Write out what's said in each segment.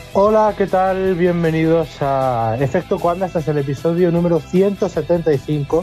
Hola, ¿qué tal? Bienvenidos a Efecto Cuanda. Este es el episodio número 175.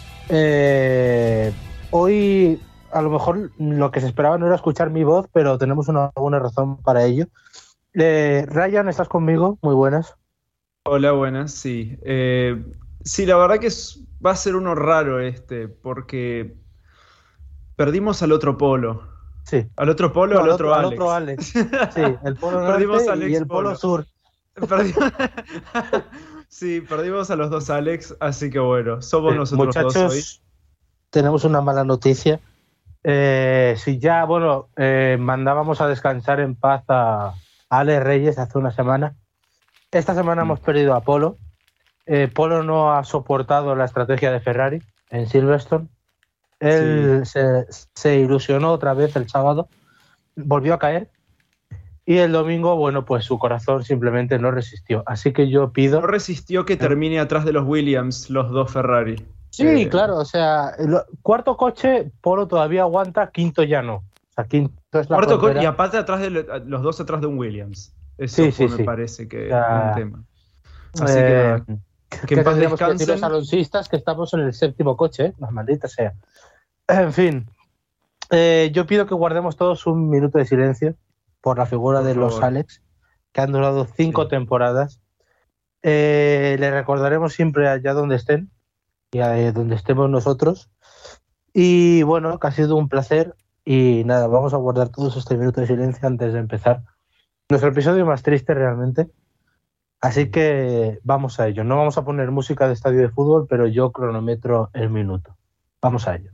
Hoy, a lo mejor, lo que se esperaba no era escuchar mi voz, pero tenemos una buena razón para ello. Ryan, ¿estás conmigo? Muy buenas. Hola, buenas, sí. Sí, la verdad que va a ser uno raro porque perdimos al otro polo. Sí. Al otro polo, No, al otro al Alex. otro Alex. Sí, el polo Perdimos norte al y ex el polo polo. sur. Perdi- Sí, perdimos a los dos Alex, así que bueno, somos nosotros dos hoy. Muchachos, tenemos una mala noticia. Si ya, mandábamos a descansar en paz a Ale Reyes hace una semana. Esta semana hemos perdido a Polo. Polo no ha soportado la estrategia de Ferrari en Silverstone. Él se ilusionó otra vez el sábado, volvió a caer y el domingo, pues su corazón simplemente no resistió. Así que yo pido... No resistió que termine atrás de los Williams, los dos Ferrari. Sí, claro, o sea, el cuarto coche, Polo todavía aguanta, quinto ya no. O sea, quinto es la Cuarto frontera. y aparte atrás de los dos atrás de un Williams. Eso me parece que o sea, es un tema. Así que nada, que en paz tendríamos que decir descansen. los alonsistas que estamos en el séptimo coche, la maldita sea. En fin, yo pido que guardemos todos un minuto de silencio por la figura Por de los favor. Alex, que han durado 5 temporadas. Le recordaremos siempre allá donde estén y donde estemos nosotros. Y bueno, que ha sido un placer. Y nada, vamos a guardar todos este minuto de silencio antes de empezar nuestro episodio más triste realmente. Así que vamos a ello. No vamos a poner música de estadio de fútbol, pero yo cronometro el minuto. Vamos a ello.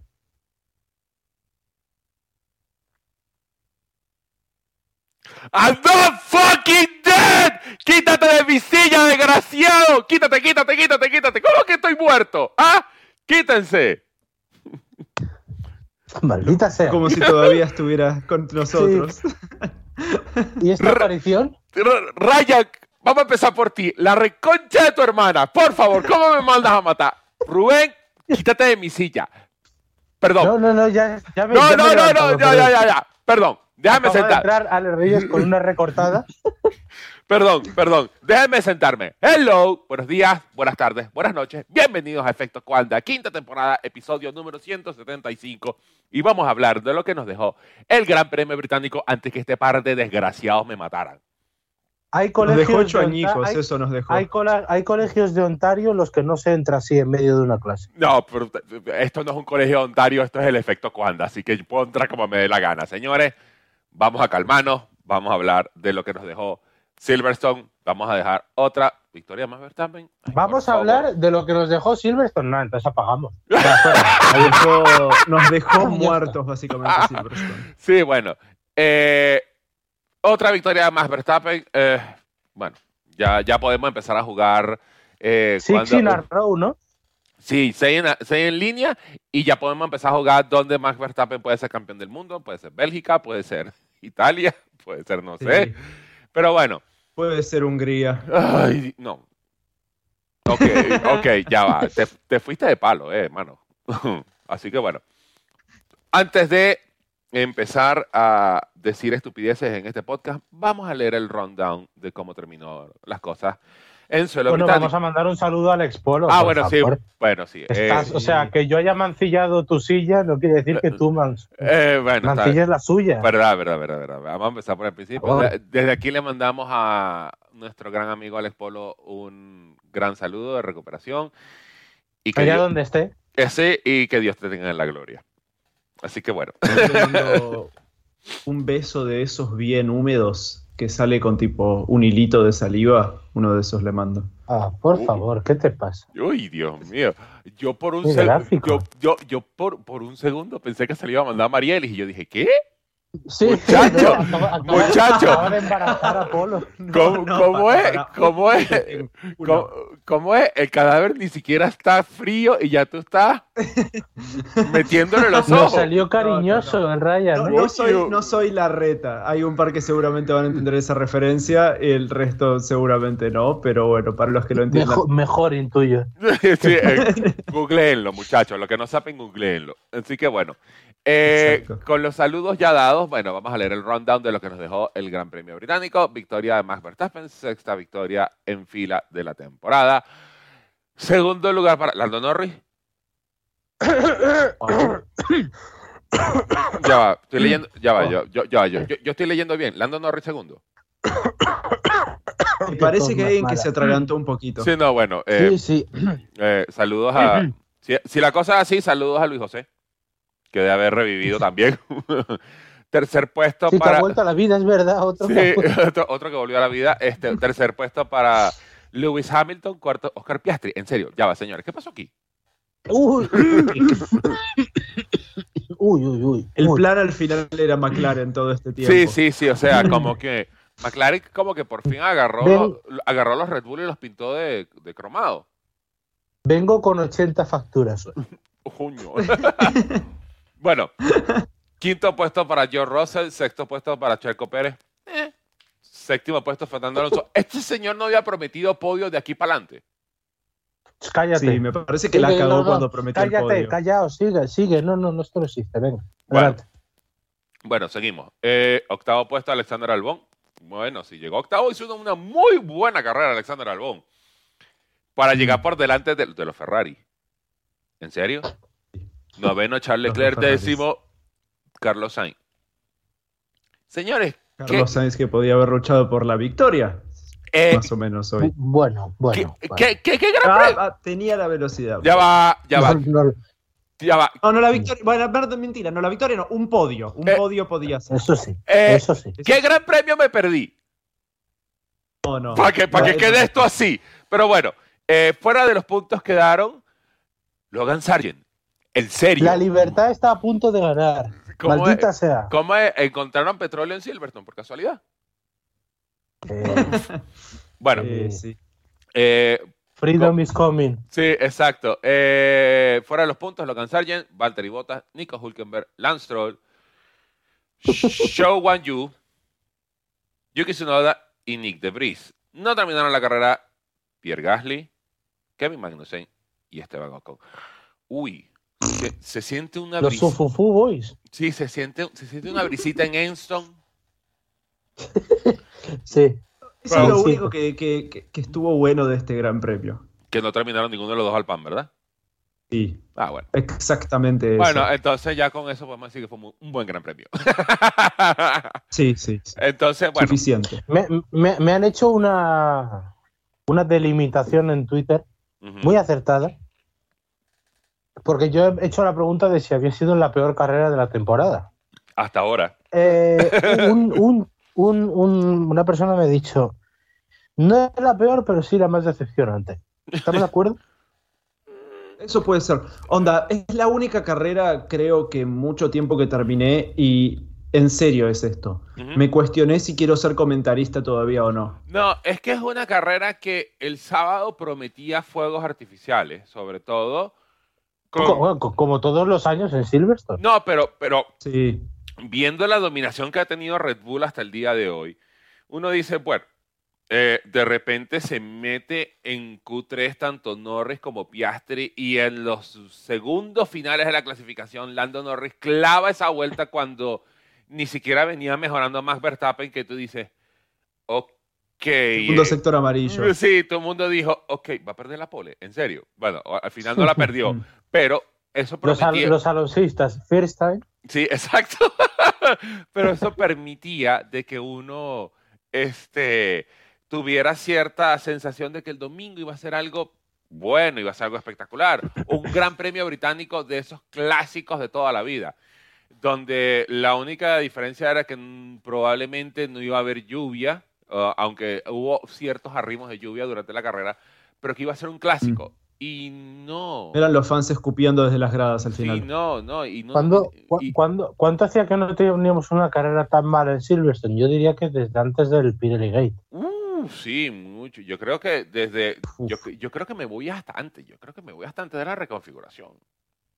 I'm not fucking dead. Quítate de mi silla, desgraciado. Quítate. ¿Cómo que estoy muerto? ¿Ah? Quítense. Maldita sea. Como si todavía estuvieras con nosotros. ¿Y esta aparición? Ryan, vamos a empezar por ti. La reconcha de tu hermana. Por favor, ¿cómo me mandas a matar? Rubén, quítate de mi silla. Perdón. No, ya me No, he levantado, ya. Perdón, déjame acaba de sentar. entrar Ale Reyes con una recortada. Perdón, déjame sentarme. Hello, buenos días, buenas tardes, buenas noches. Bienvenidos a Efecto Cuanda, quinta temporada, episodio número 175. Y vamos a hablar de lo que nos dejó el Gran Premio Británico antes que este par de desgraciados me mataran. Nos dejó 8 añicos, eso nos dejó. Hay colegios de Ontario en los que no se entra así en medio de una clase. No, pero esto no es un colegio de Ontario, esto es el Efecto Cuanda, así que puedo entrar como me dé la gana. Señores, vamos a calmarnos, vamos a hablar de lo que nos dejó Silverstone, vamos a dejar otra victoria más Verstappen. Vamos a hablar de lo que nos dejó Silverstone. No, entonces apagamos. Nos dejó muertos básicamente Silverstone. Sí, bueno. Otra victoria más Verstappen. Bueno, ya podemos empezar a jugar. Six in a row, ¿no? Sí, 6 en línea y ya podemos empezar a jugar donde Max Verstappen puede ser campeón del mundo. Puede ser Bélgica, puede ser Italia, puede ser no sé. Pero bueno. Puede ser Hungría. Ay, no. Ok, ya va. Te fuiste de palo, hermano. Así que bueno. Antes de empezar a decir estupideces en este podcast, vamos a leer el rundown de cómo terminó las cosas en suelo británico. Vamos a mandar un saludo al Expolo. Bueno, favor. Sí. Bueno, sí. O sea, que yo haya mancillado tu silla no quiere decir que tú mancilles la suya. Verdad. Vamos a empezar por el principio. Desde aquí le mandamos a nuestro gran amigo Alex Polo un gran saludo de recuperación. Y que allá donde esté. Y que Dios te tenga en la gloria. Así que bueno. Un beso de esos bien húmedos que sale con tipo un hilito de saliva. Uno de esos le mando. Por favor, ¿qué te pasa? Uy, Dios mío. Yo por un segundo pensé que se le iba a mandar a Marielis y yo dije, ¿qué? Sí, muchacho. Acaba de embarazar a Polo. ¿Cómo es? El cadáver ni siquiera está frío y ya tú estás metiéndole los Nos ojos. salió cariñoso el Ryan. No soy la reta. Hay un par que seguramente van a entender esa referencia, el resto seguramente no, pero bueno, para los que lo entiendan. Mejor intuyo. Sí, googleenlo, muchachos. Los que no saben, googleenlo. Así que bueno, con los saludos ya dados, bueno, vamos a leer el rundown de lo que nos dejó el Gran Premio Británico. Victoria de Max Verstappen, sexta victoria en fila de la temporada. Segundo lugar para Lando Norris. Ya va, estoy leyendo, ya va, yo estoy leyendo bien. Lando Norris segundo. Me parece que hay alguien que se atragantó un poquito. Sí, no, bueno. Sí. Saludos a... Si la cosa es así, saludos a Luis José, que debe haber revivido también. Tercer puesto Sí, para... que ha vuelto a la vida, es verdad. Otro que volvió a la vida. Tercer puesto para Lewis Hamilton. Cuarto, Oscar Piastri. En serio, ya va, señores. ¿Qué pasó aquí? Uy. El plan al final era McLaren todo este tiempo. Sí. O sea, como que McLaren como que por fin agarró los Red Bull y los pintó de cromado. Vengo con 80 facturas. Juño. Bueno, quinto puesto para George Russell, sexto puesto para Checo Pérez, séptimo puesto Fernando Alonso. Este señor no había prometido podio de aquí para adelante. Cállate. Sí, me parece que la cagó cuando prometió el podio. Cállate, callado, sigue. No, esto no existe, venga. Bueno, seguimos. Octavo puesto Alexander Albon. Bueno, si llegó octavo, hizo una muy buena carrera Alexander Albon para llegar por delante de los Ferrari. ¿En serio? Noveno Charles Leclerc, décimo Carlos Sainz. Señores, Carlos Sainz que podía haber luchado por la victoria. Más o menos hoy. Bueno. ¿Qué gran premio? Tenía la velocidad. Ya va. No, la victoria. Bueno, mentira, no, la victoria no, un podio. Un podio podía ser. Eso sí. ¿Qué gran premio me perdí? No. Para que quede esto así. Pero bueno, fuera de los puntos quedaron Logan Sargent. ¿En serio? La libertad está a punto de ganar. Maldita sea. ¿Cómo encontraron petróleo en Silverstone? ¿Por casualidad? Bueno. Sí. Freedom is coming. Sí, exacto. Fuera de los puntos, Logan Sargent, Valtteri Bottas, Nico Hülkenberg, Lance Stroll, Zhou Guanyu, Yuki Tsunoda y Nick de Vries. No terminaron la carrera Pierre Gasly, Kevin Magnussen y Esteban Ocon. Uy, se siente una brisa. Los Fufu Boys. Sí, se siente una brisita en Enston. Sí. Eso es lo único que estuvo bueno de este Gran Premio. Que no terminaron ninguno de los dos al pan, ¿verdad? Sí. Bueno. Exactamente bueno, eso. Entonces ya con eso podemos decir que fue un buen Gran Premio. Sí. Entonces, bueno. Suficiente. Me han hecho una delimitación en Twitter muy acertada. Porque yo he hecho la pregunta de si había sido la peor carrera de la temporada. Hasta ahora. Una persona me ha dicho, no es la peor, pero sí la más decepcionante. ¿Estamos de acuerdo? Eso puede ser. Onda, es la única carrera, creo que mucho tiempo que terminé y en serio es esto. Me cuestioné si quiero ser comentarista todavía o no. No, es que es una carrera que el sábado prometía fuegos artificiales, sobre todo. Como todos los años en Silverstone. No, pero sí. Viendo la dominación que ha tenido Red Bull hasta el día de hoy, uno dice, bueno, de repente se mete en Q3 tanto Norris como Piastri y en los segundos finales de la clasificación Lando Norris clava esa vuelta cuando ni siquiera venía mejorando a Max Verstappen, que tú dices, ok. Segundo sector amarillo. Sí, todo el mundo dijo, ok, va a perder la pole, en serio. Bueno, al final no la perdió, pero eso prometía... Los alonsistas, first time. Sí, exacto. Pero eso permitía de que uno tuviera cierta sensación de que el domingo iba a ser algo bueno, iba a ser algo espectacular. Un gran premio británico de esos clásicos de toda la vida, donde la única diferencia era que probablemente no iba a haber lluvia, aunque hubo ciertos arrimos de lluvia durante la carrera, pero que iba a ser un clásico. Y no. Eran los fans escupiendo desde las gradas al final. Sí, no. Y no ¿Cuánto hacía que no teníamos una carrera tan mala en Silverstone? Yo diría que desde antes del Pirelli Gate. Sí, mucho. Yo creo que desde... Yo creo que me voy hasta antes. Yo creo que me voy hasta antes de la reconfiguración.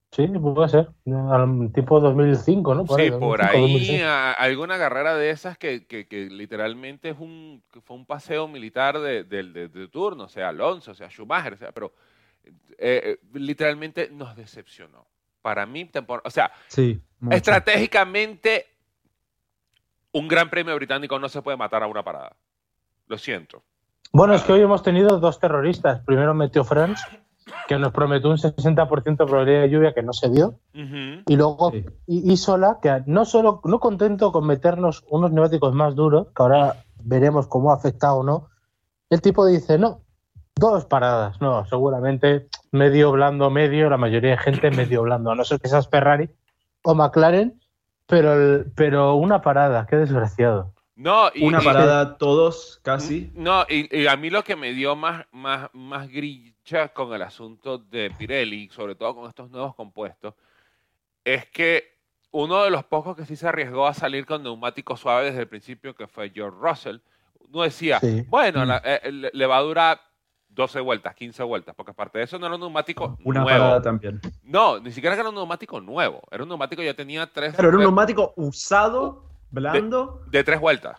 Sí, puede ser. Tipo 2005, ¿no? Sí, por 2005, ahí 2006. alguna carrera de esas que literalmente que fue un paseo militar de turno, sea Alonso, sea Schumacher, sea, pero literalmente nos decepcionó. Para mí, o sea, Sí, mucho. estratégicamente, un gran premio británico no se puede matar a una parada. Lo siento. Bueno, es que hoy hemos tenido dos terroristas. Primero metió France, que nos prometió un 60% de probabilidad de lluvia que no se dio. Ujú. Y luego Sí. Isola, que no contento con meternos unos neumáticos más duros, que ahora veremos cómo ha afectado o no, el tipo dice, no, dos paradas. No, seguramente medio blando, medio, la mayoría de gente medio blando, a no ser que seas Ferrari o McLaren, pero una parada, qué desgraciado. No, Una parada todos, casi. no, y a mí lo que me dio más grilla con el asunto de Pirelli, sobre todo con estos nuevos compuestos, es que uno de los pocos que sí se arriesgó a salir con neumáticos suaves desde el principio, que fue George Russell, uno decía, Sí. bueno, le va a durar 12 vueltas, 15 vueltas, porque aparte de eso no era un neumático Una nuevo. parada también. No, ni siquiera era un neumático nuevo, era un neumático que ya tenía Claro, era un neumático usado, de, blando. de 3 vueltas.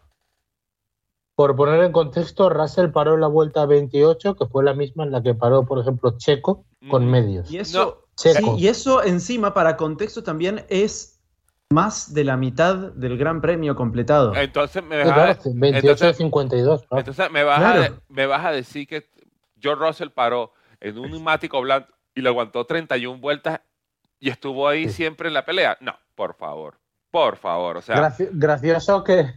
Por poner en contexto, Russell paró en la vuelta 28, que fue la misma en la que paró, por ejemplo, Checo con Ujú. medios. Y eso, Checo. sí, y eso encima, para contexto, también es más de la mitad del Gran Premio completado. Entonces me Sí, vas claro, a, 28 de 52. Claro. entonces Claro. me vas a decir que George Russell paró en un neumático blando y le aguantó 31 vueltas y estuvo ahí Sí. siempre en la pelea. No, por favor, o sea, Gracioso que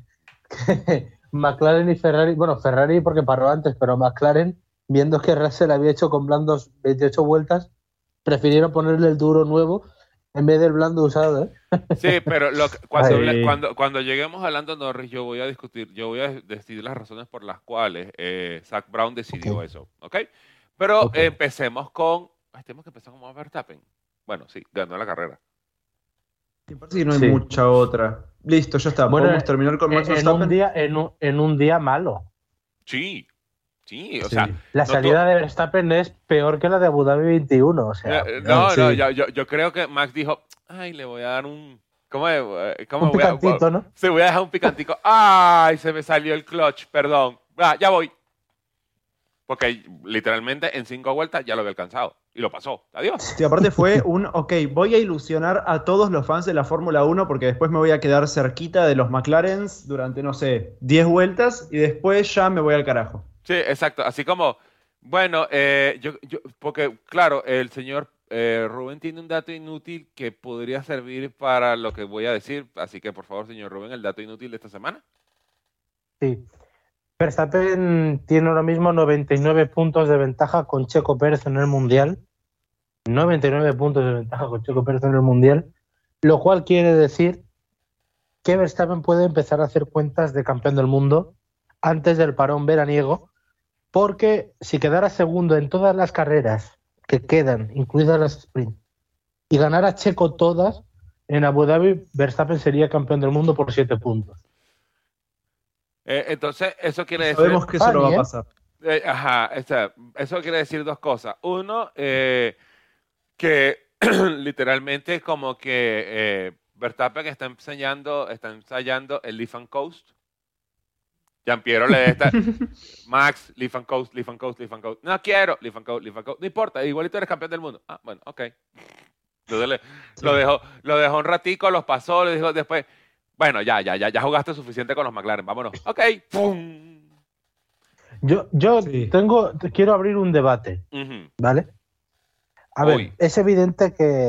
McLaren y Ferrari, bueno, Ferrari porque paró antes, pero McLaren, viendo que Russell había hecho con blandos 28 vueltas, prefirieron ponerle el duro nuevo en vez del blando usado, ¿eh? sí, pero Ay. cuando lleguemos a Lando Norris, yo voy a decidir las razones por las cuales Zach Brown decidió Ok. eso, ¿ok? Pero Ok. empecemos con, tenemos que empezar con Max Verstappen. Bueno, sí, ganó la carrera. Me parece que no hay Sí. mucha otra. Listo, ya está. Bueno, Podemos terminar con Max en un Verstappen. día, en un día malo. Sí, sí, o Sí. sea, La no salida de Verstappen es peor que la de Abu Dhabi 21, o sea, cuidado. no, Sí. yo creo que Max dijo, ay, le voy a dar un, ¿cómo Un picantito, ¿no? sí, voy a dejar un picantico. Ay, se me salió el clutch, perdón. Ya voy. Porque literalmente en 5 vueltas ya lo había alcanzado. Y lo pasó. Adiós. Sí, aparte fue ok, voy a ilusionar a todos los fans de la Fórmula 1 porque después me voy a quedar cerquita de los McLarens durante, no sé, 10 vueltas y después ya me voy al carajo. Sí, exacto. Así como, bueno, porque claro, el señor Rubén tiene un dato inútil que podría servir para lo que voy a decir. Así que, por favor, señor Rubén, el dato inútil de esta semana. Sí. Verstappen tiene ahora mismo 99 puntos de ventaja con Checo Pérez en el Mundial. 99 puntos de ventaja con Checo Pérez en el Mundial. Lo cual quiere decir que Verstappen puede empezar a hacer cuentas de campeón del mundo antes del parón veraniego, porque si quedara segundo en todas las carreras que quedan, incluidas las sprint, y ganara Checo todas, en Abu Dhabi Verstappen sería campeón del mundo por 7 puntos. Entonces, eso quiere decir... Sabemos que eso no va a pasar. Eso quiere decir dos cosas. Uno, que literalmente como que Verstappen está ensayando el Leaf and Coast. Giampiero le está... Max, Leaf and Coast, Leaf and Coast, Leaf and Coast. No quiero, Leaf and Coast, Leaf and Coast. No importa, igualito eres campeón del mundo. Ah, bueno, ok. Entonces Sí. lo dejó un ratico, los pasó, le dijo después, bueno, ya jugaste suficiente con los McLaren, vámonos. Ok, ¡pum! Yo Sí. quiero abrir un debate, Ujú. ¿vale? A ver, Uy. es evidente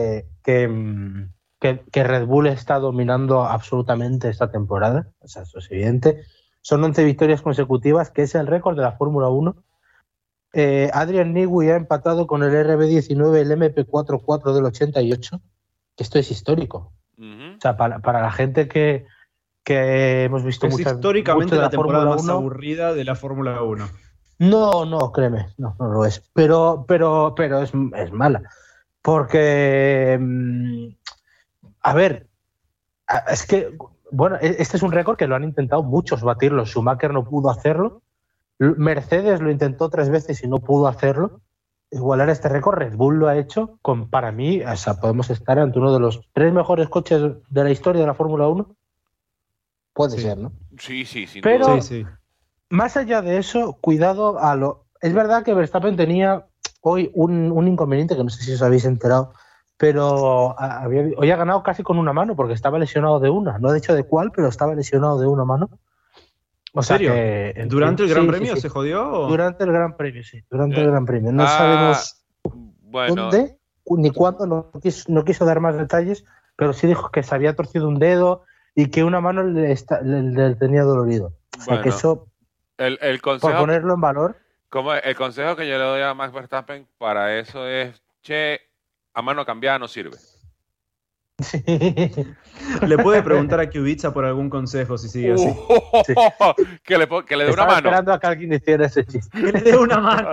que Red Bull está dominando absolutamente esta temporada. O sea, eso es evidente. Son 11 victorias consecutivas, que es el récord de la Fórmula 1. Adrian Newey ha empatado con el RB19, el MP44 del 88, que esto es histórico. Ujú. O sea, para la gente que hemos visto Es mucho históricamente de la temporada Fórmula más 1. aburrida de la Fórmula 1. No, créeme, no lo es. Pero es mala. Porque, a ver, es que, bueno, este es un récord que lo han intentado muchos batirlo. Schumacher no pudo hacerlo. Mercedes lo intentó 3 veces y no pudo hacerlo. igualar este récord. Red Bull lo ha hecho con, para mí, o sea, podemos estar ante uno de los 3 mejores coches de la historia de la Fórmula 1. Puede ser, ¿no? Sí, sin Pero, duda. Sí. más allá de eso, cuidado a lo... Es verdad que Verstappen tenía hoy un inconveniente que no sé si os habéis enterado, pero hoy ha ganado casi con una mano porque estaba lesionado de una. No he dicho de cuál, pero estaba lesionado de una mano. O sea serio? que, ¿Durante el Gran sí, Premio sí. se jodió? ¿O? Durante el Gran Premio, sí. Durante el Gran Premio. No sabemos Bueno, dónde ni cuándo, no quiso dar más detalles, pero sí dijo que se había torcido un dedo y que una mano le tenía dolorido. O sea que eso, el por consejo, ponerlo en valor. el consejo que yo le doy a Max Verstappen para eso es, a mano cambiada no sirve. Sí. Le puede preguntar a Kubica por algún consejo si sigue así. Sí. Que le dé una Estaba mano. esperando a que alguien hiciera ese chiste. Que le dé una mano.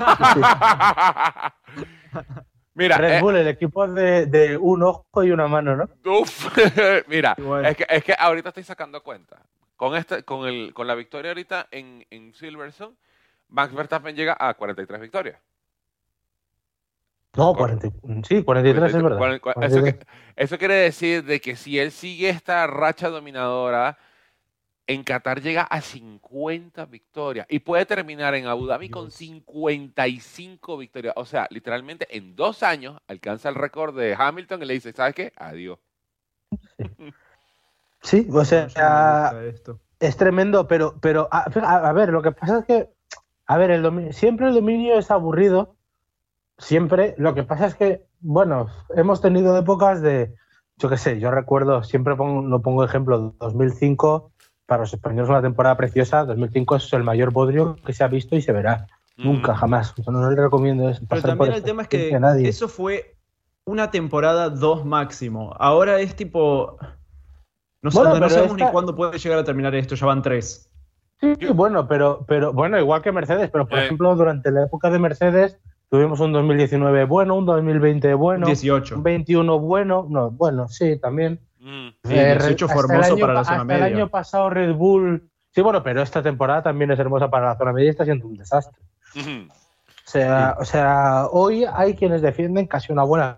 Mira, Red Bull, el equipo de un ojo y una mano, ¿no? Mira, Igual. es que ahorita estoy sacando cuenta. Con la victoria ahorita en Silverstone, Max Verstappen llega a 43 victorias. No, 40, sí, 43 es verdad. Eso quiere decir de que si él sigue esta racha dominadora, en Qatar llega a 50 victorias y puede terminar en Abu Dhabi con 55 victorias. O sea, literalmente en 2 años alcanza el récord de Hamilton y le dice, ¿sabes qué? Adiós. Sí, o sea, No me gusta esto. es tremendo, pero a ver, lo que pasa es que, a ver, siempre el dominio es aburrido, siempre. Lo que pasa es que, bueno, hemos tenido épocas de, yo qué sé, yo recuerdo, siempre lo pongo ejemplo, 2005, para los españoles una temporada preciosa. 2005 es el mayor bodrio que se ha visto y se verá. Nunca, jamás. Yo no le recomiendo eso. Pero también el tema es que eso fue una temporada 2 máximo. Ahora es tipo... No sabemos ni cuándo puede llegar a terminar esto, ya van 3. Sí, bueno, pero bueno, igual que Mercedes, pero por ejemplo, durante la época de Mercedes tuvimos un 2019 bueno, un 2020 bueno, 18. un 21 bueno, no, bueno, sí, también. Sí, 18 fue hermoso para la zona media. El año pasado Red Bull, sí, bueno, pero esta temporada también es hermosa para la zona media y está siendo un desastre. O sea, hoy hay quienes defienden casi una buena.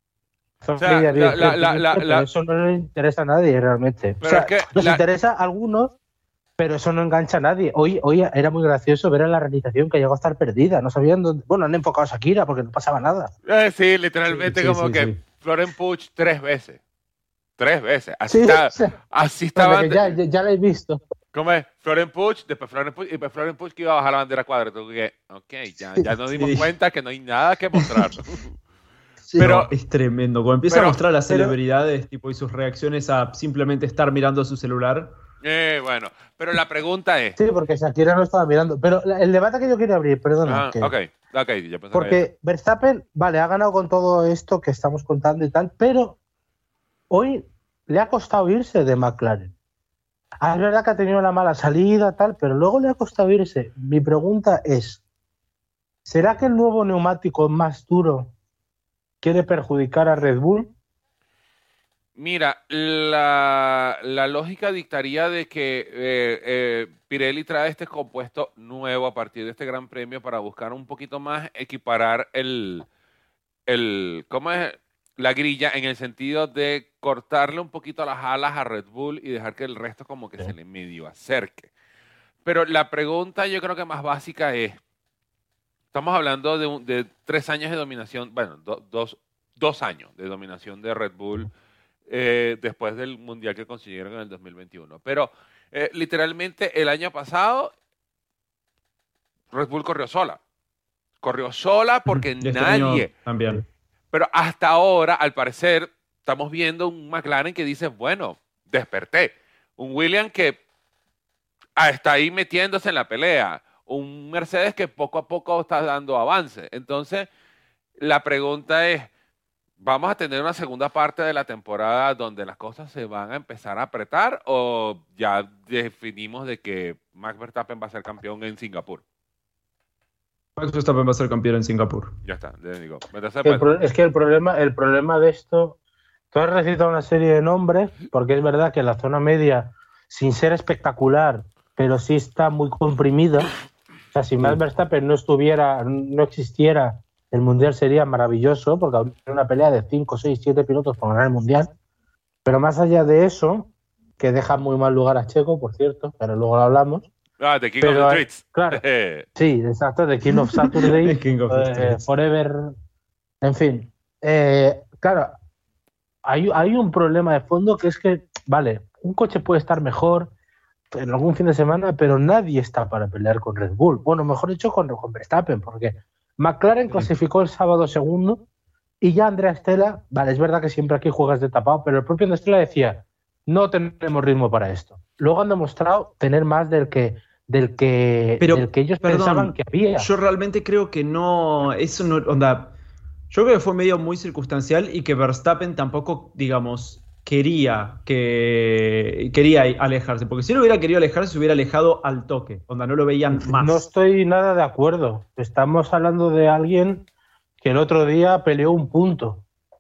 Pero eso no le interesa a nadie realmente. Pero es que nos interesa a algunos, pero eso no engancha a nadie. Hoy era muy gracioso ver a la realización que llegó a estar perdida. No sabían dónde. Bueno, han enfocado a Shakira porque no pasaba nada. Sí, literalmente sí. Florent Puig 3 veces. 3 veces. Así estaban. Ya la he visto. ¿Cómo es? Florent Puig, después Florent Puig, y después Florent Puig que iba a bajar la bandera cuadra. Entonces, ya nos dimos cuenta que no hay nada que mostrar. Sí, pero es tremendo. Cuando empieza a mostrar a las celebridades tipo, y sus reacciones a simplemente estar mirando su celular. Bueno, pero la pregunta es... Sí, porque Shakira no estaba mirando. Pero el debate que yo quería abrir, perdona. Ok, ya pensé. Porque Verstappen, vale, ha ganado con todo esto que estamos contando y tal, pero hoy le ha costado irse de McLaren. Es verdad que ha tenido una mala salida, tal, pero luego le ha costado irse. Mi pregunta es, ¿será que el nuevo neumático más duro quiere perjudicar a Red Bull? Mira, la lógica dictaría de que Pirelli trae este compuesto nuevo a partir de este Gran Premio para buscar un poquito más equiparar ¿cómo es? La grilla en el sentido de cortarle un poquito las alas a Red Bull y dejar que el resto como que se le medio acerque. Pero la pregunta yo creo que más básica es, estamos hablando de 3 años de dominación, bueno, 2 años de dominación de Red Bull después del Mundial que consiguieron en el 2021. Pero literalmente el año pasado Red Bull corrió sola. Corrió sola porque nadie... También. Pero hasta ahora, al parecer, estamos viendo un McLaren que dice, bueno, desperté. Un Williams que está ahí metiéndose en la pelea. Un Mercedes que poco a poco está dando avance. Entonces, la pregunta es, ¿vamos a tener una segunda parte de la temporada donde las cosas se van a empezar a apretar o ya definimos de que Max Verstappen va a ser campeón en Singapur? Max Verstappen va a ser campeón en Singapur. Ya está, les digo. Es que el problema de esto, tú has recitado una serie de nombres, porque es verdad que la zona media, sin ser espectacular, pero sí está muy comprimida. O sea, si Max Verstappen no existiera, el Mundial sería maravilloso porque habría una pelea de 5, 6, 7 pilotos por ganar el Mundial. Pero más allá de eso, que deja muy mal lugar a Checo, por cierto, pero luego lo hablamos. The King of the Streets. Claro, sí, exacto, The King of Saturday, King of the Streets. Forever, en fin. Claro, hay un problema de fondo que es que, vale, un coche puede estar mejor en algún fin de semana, pero nadie está para pelear con Red Bull. Bueno, mejor dicho, con Verstappen, porque McLaren clasificó el sábado segundo y ya Andrea Stella, vale, es verdad que siempre aquí juegas de tapado, pero el propio Andrea Stella decía, no tenemos ritmo para esto. Luego han demostrado tener más del que ellos pensaban que había. Yo realmente creo que no, eso no, onda, yo creo que fue medio muy circunstancial y que Verstappen tampoco, digamos, quería alejarse, porque si no hubiera querido alejarse, se hubiera alejado al toque, onda, no lo veían más. No estoy nada de acuerdo. Estamos hablando de alguien que el otro día peleó un punto.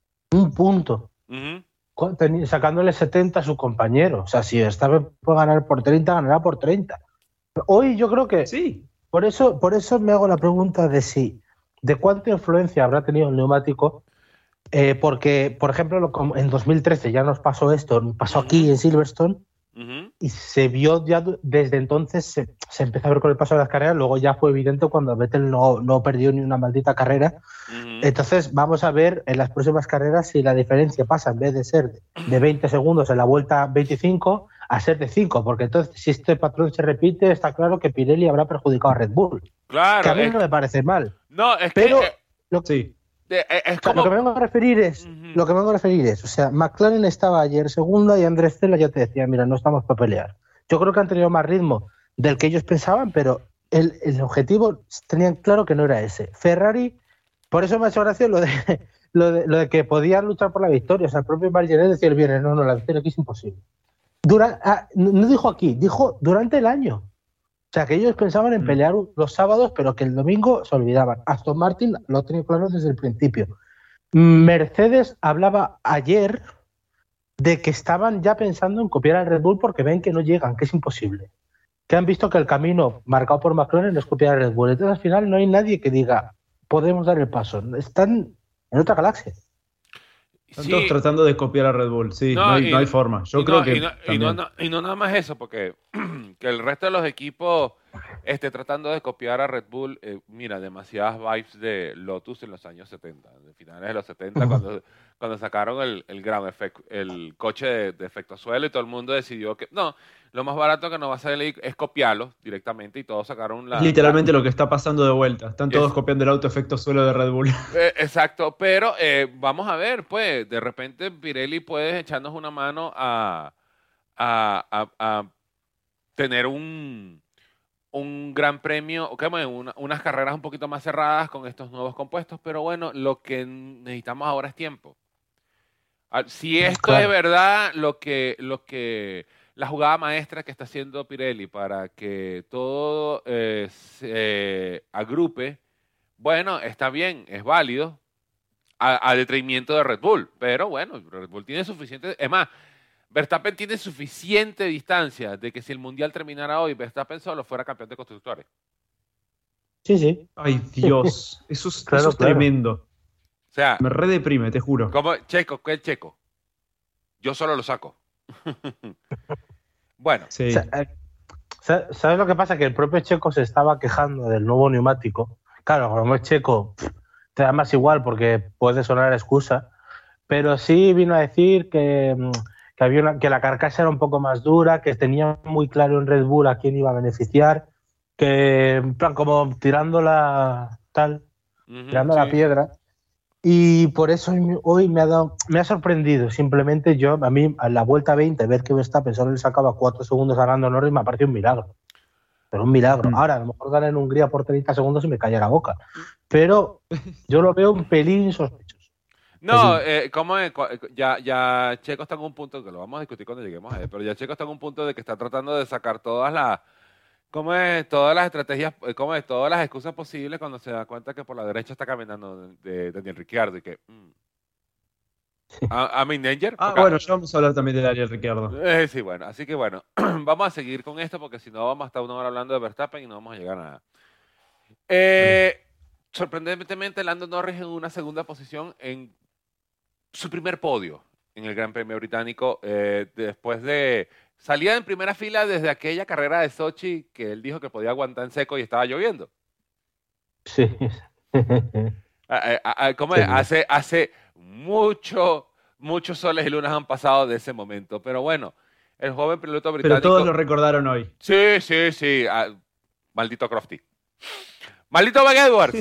Sacándole 70 a su compañero. O sea, si Verstappen puede ganar por 30, ganará por 30. Hoy yo creo que sí. Por eso me hago la pregunta de cuánta influencia habrá tenido el neumático, porque, por ejemplo, en 2013 ya nos pasó esto, pasó aquí en Silverstone, y se vio ya desde entonces, se empezó a ver con el paso de las carreras, luego ya fue evidente cuando Vettel no perdió ni una maldita carrera. Entonces vamos a ver en las próximas carreras si la diferencia pasa, en vez de ser de 20 segundos en la vuelta 25, a ser de 5, porque entonces si este patrón se repite, está claro que Pirelli habrá perjudicado a Red Bull. Claro. Que a mí no me parece mal. No, es pero que... sí. Es como... Lo que me vengo a referir es, o sea, McLaren estaba ayer segunda y Andrés Stella ya te decía, mira, no estamos para pelear. Yo creo que han tenido más ritmo del que ellos pensaban, pero el objetivo tenían claro que no era ese. Ferrari, por eso me ha hecho gracia lo de que podían luchar por la victoria. O sea, el propio Marginelli decía el viernes, no, la victoria aquí es imposible. No dijo aquí, dijo durante el año. O sea, que ellos pensaban en pelear los sábados, pero que el domingo se olvidaban. Aston Martin lo ha tenido claro desde el principio. Mercedes hablaba ayer de que estaban ya pensando en copiar al Red Bull porque ven que no llegan, que es imposible. Que han visto que el camino marcado por McLaren es copiar al Red Bull. Entonces, al final, no hay nadie que diga, podemos dar el paso. Están en otra galaxia. Están todos tratando de copiar a Red Bull, sí, no hay forma. Yo creo que no nada más eso, porque que el resto de los equipos esté tratando de copiar a Red Bull, mira, demasiadas vibes de Lotus en los años 70, de finales de los 70, cuando sacaron el coche de efecto suelo y todo el mundo decidió que no, lo más barato que nos va a salir es copiarlo directamente y todos sacaron literalmente lo que está pasando de vuelta. Están todos copiando el auto efecto suelo de Red Bull. Exacto, pero vamos a ver, pues, de repente Pirelli puede echarnos una mano a tener un gran premio, unas carreras un poquito más cerradas con estos nuevos compuestos, pero bueno, lo que necesitamos ahora es tiempo. Si esto es verdad, la jugada maestra que está haciendo Pirelli para que todo se agrupe, bueno, está bien, es válido, a detrimento de Red Bull, pero bueno, Red Bull tiene suficiente, es más, Verstappen tiene suficiente distancia de que si el Mundial terminara hoy, Verstappen solo fuera campeón de constructores. Sí. Ay, Dios, eso es tremendo. O sea, me redeprime, te juro. Como Checo, ¿qué es Checo? Yo solo lo saco. Bueno. Sí. ¿Sabes lo que pasa? Que el propio Checo se estaba quejando del nuevo neumático. Claro, como es Checo, te da más igual porque puede sonar excusa, pero sí vino a decir que la carcasa era un poco más dura, que tenía muy claro en Red Bull a quién iba a beneficiar, que en plan como tirando la piedra. Y por eso hoy me ha sorprendido. Simplemente a mí a la vuelta 20 ver que Verstappen solo le sacaba 4 segundos a Lando Norris me pareció un milagro. Pero un milagro. Ahora, a lo mejor ganar en Hungría por 30 segundos y me cae la boca. Pero yo lo veo un pelín sospechoso. No, ya Checo está en un punto, que lo vamos a discutir cuando lleguemos a él, pero ya Checo está en un punto de que está tratando de sacar todas las estrategias, todas las excusas posibles cuando se da cuenta que por la derecha está caminando de Daniel Ricciardo y que I'm in danger. Bueno, ya vamos a hablar también de Daniel Ricciardo. Sí, bueno, así que bueno, vamos a seguir con esto porque si no vamos a estar una hora hablando de Verstappen y no vamos a llegar a nada. sorprendentemente, Lando Norris en una segunda posición en su primer podio en el Gran Premio Británico, después de salía en primera fila desde aquella carrera de Sochi que él dijo que podía aguantar en seco y estaba lloviendo. Sí. ¿Cómo es? Hace muchos soles y lunas han pasado de ese momento, pero bueno, el joven piloto británico... Pero todos lo recordaron hoy. Sí. Maldito Crofty. Maldito Ben Edwards.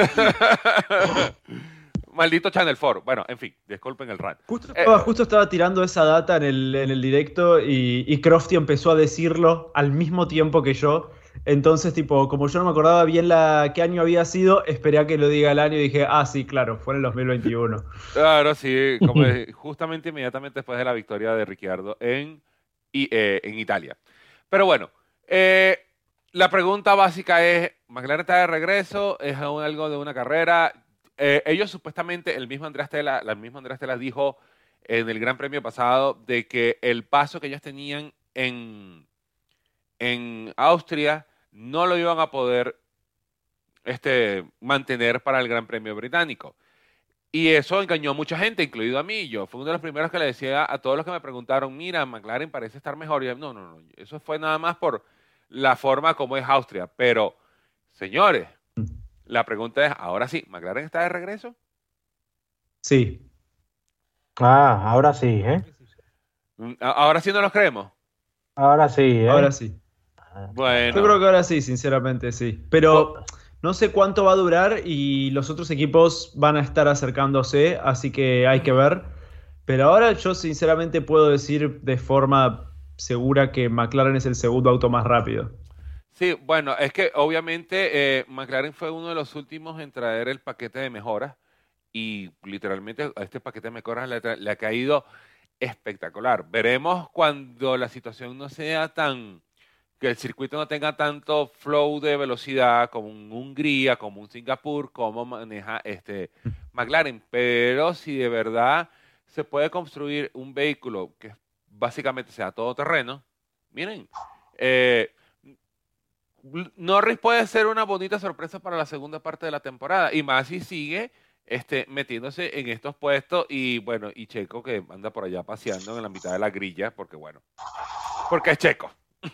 Maldito Channel 4. Bueno, en fin, disculpen el rant. Justo estaba tirando esa data en el directo y Crofty empezó a decirlo al mismo tiempo que yo. Entonces, tipo, como yo no me acordaba bien qué año había sido, esperé a que lo diga el año y dije, sí, claro, fue en el 2021. Claro, sí, justamente inmediatamente después de la victoria de Ricciardo en Italia. Pero bueno, la pregunta básica es, ¿McLaren está de regreso? ¿Es aún algo de una carrera? Ellos supuestamente, el mismo Andrea Stella dijo en el Gran Premio pasado de que el paso que ellos tenían en Austria no lo iban a poder mantener para el Gran Premio Británico. Y eso engañó a mucha gente, incluido a mí. Yo fui uno de los primeros que le decía a todos los que me preguntaron, mira, McLaren parece estar mejor. Y yo, no, eso fue nada más por la forma como es Austria. Pero, señores, la pregunta es, ahora sí, ¿McLaren está de regreso? Sí. Ahora sí, ¿eh? ¿Ahora sí no los creemos? Ahora sí, ¿eh? Ahora sí. Bueno. Yo creo que ahora sí, sinceramente sí. Pero no sé cuánto va a durar y los otros equipos van a estar acercándose, así que hay que ver. Pero ahora yo sinceramente puedo decir de forma segura que McLaren es el segundo auto más rápido. Sí, bueno, es que obviamente McLaren fue uno de los últimos en traer el paquete de mejoras y literalmente a este paquete de mejoras le ha caído espectacular. Veremos cuando la situación no sea que el circuito no tenga tanto flow de velocidad como un Hungría, como un Singapur, como maneja McLaren. Pero si de verdad se puede construir un vehículo que básicamente sea todoterreno, miren, Norris puede ser una bonita sorpresa para la segunda parte de la temporada, y más si sigue metiéndose en estos puestos, y bueno, y Checo que anda por allá paseando en la mitad de la grilla, porque es Checo.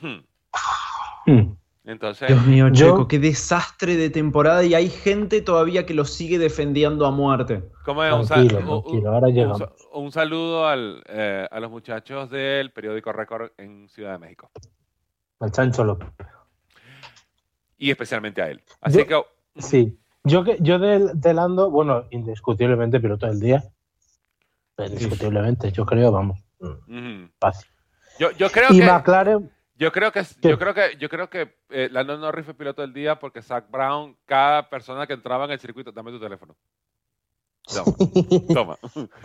Entonces, Dios mío, Checo, qué desastre de temporada, y hay gente todavía que lo sigue defendiendo a muerte. ¿Cómo es? Tranquilo, ahora llegamos. Un saludo a los muchachos del periódico Récord en Ciudad de México. Al Chancho López. Y especialmente a él. Así que... Sí. Yo de Lando, bueno, indiscutiblemente piloto del día. Indiscutiblemente, yo creo, vamos. Fácil. Yo creo y que... McLaren... Yo creo que Lando Norris fue piloto del día porque Zach Brown, cada persona que entraba en el circuito, dame tu teléfono. Toma.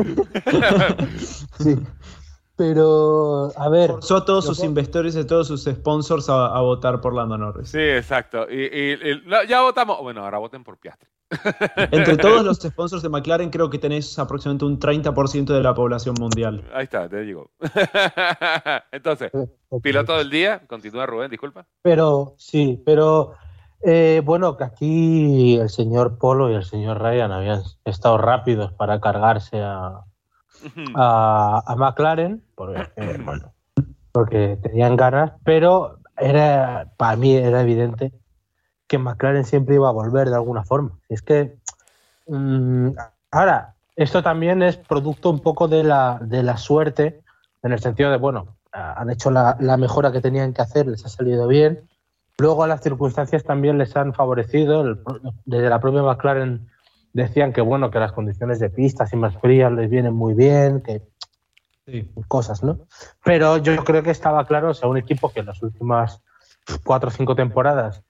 Sí. Pero, a ver... Forzó a todos sus inversores y a todos sus sponsors a votar por Lando Norris. Sí, exacto. Y ya votamos. Bueno, ahora voten por Piastri. Entre todos los sponsors de McLaren creo que tenés aproximadamente un 30% de la población mundial. Ahí está, te digo. Entonces, piloto del día. Continúa Rubén, disculpa. Pero, bueno, que aquí el señor Polo y el señor Ryan habían estado rápidos para cargarse a McLaren, porque tenían ganas, pero para mí era evidente que McLaren siempre iba a volver de alguna forma. Es que ahora, esto también es producto un poco de la suerte, en el sentido de, bueno, han hecho la mejora que tenían que hacer, les ha salido bien, luego las circunstancias también les han favorecido, desde la propia McLaren decían que bueno, que las condiciones de pistas y más frías les vienen muy bien, que sí, cosas, ¿no? Pero yo creo que estaba claro, o sea, un equipo que en las últimas 4 o 5 temporadas,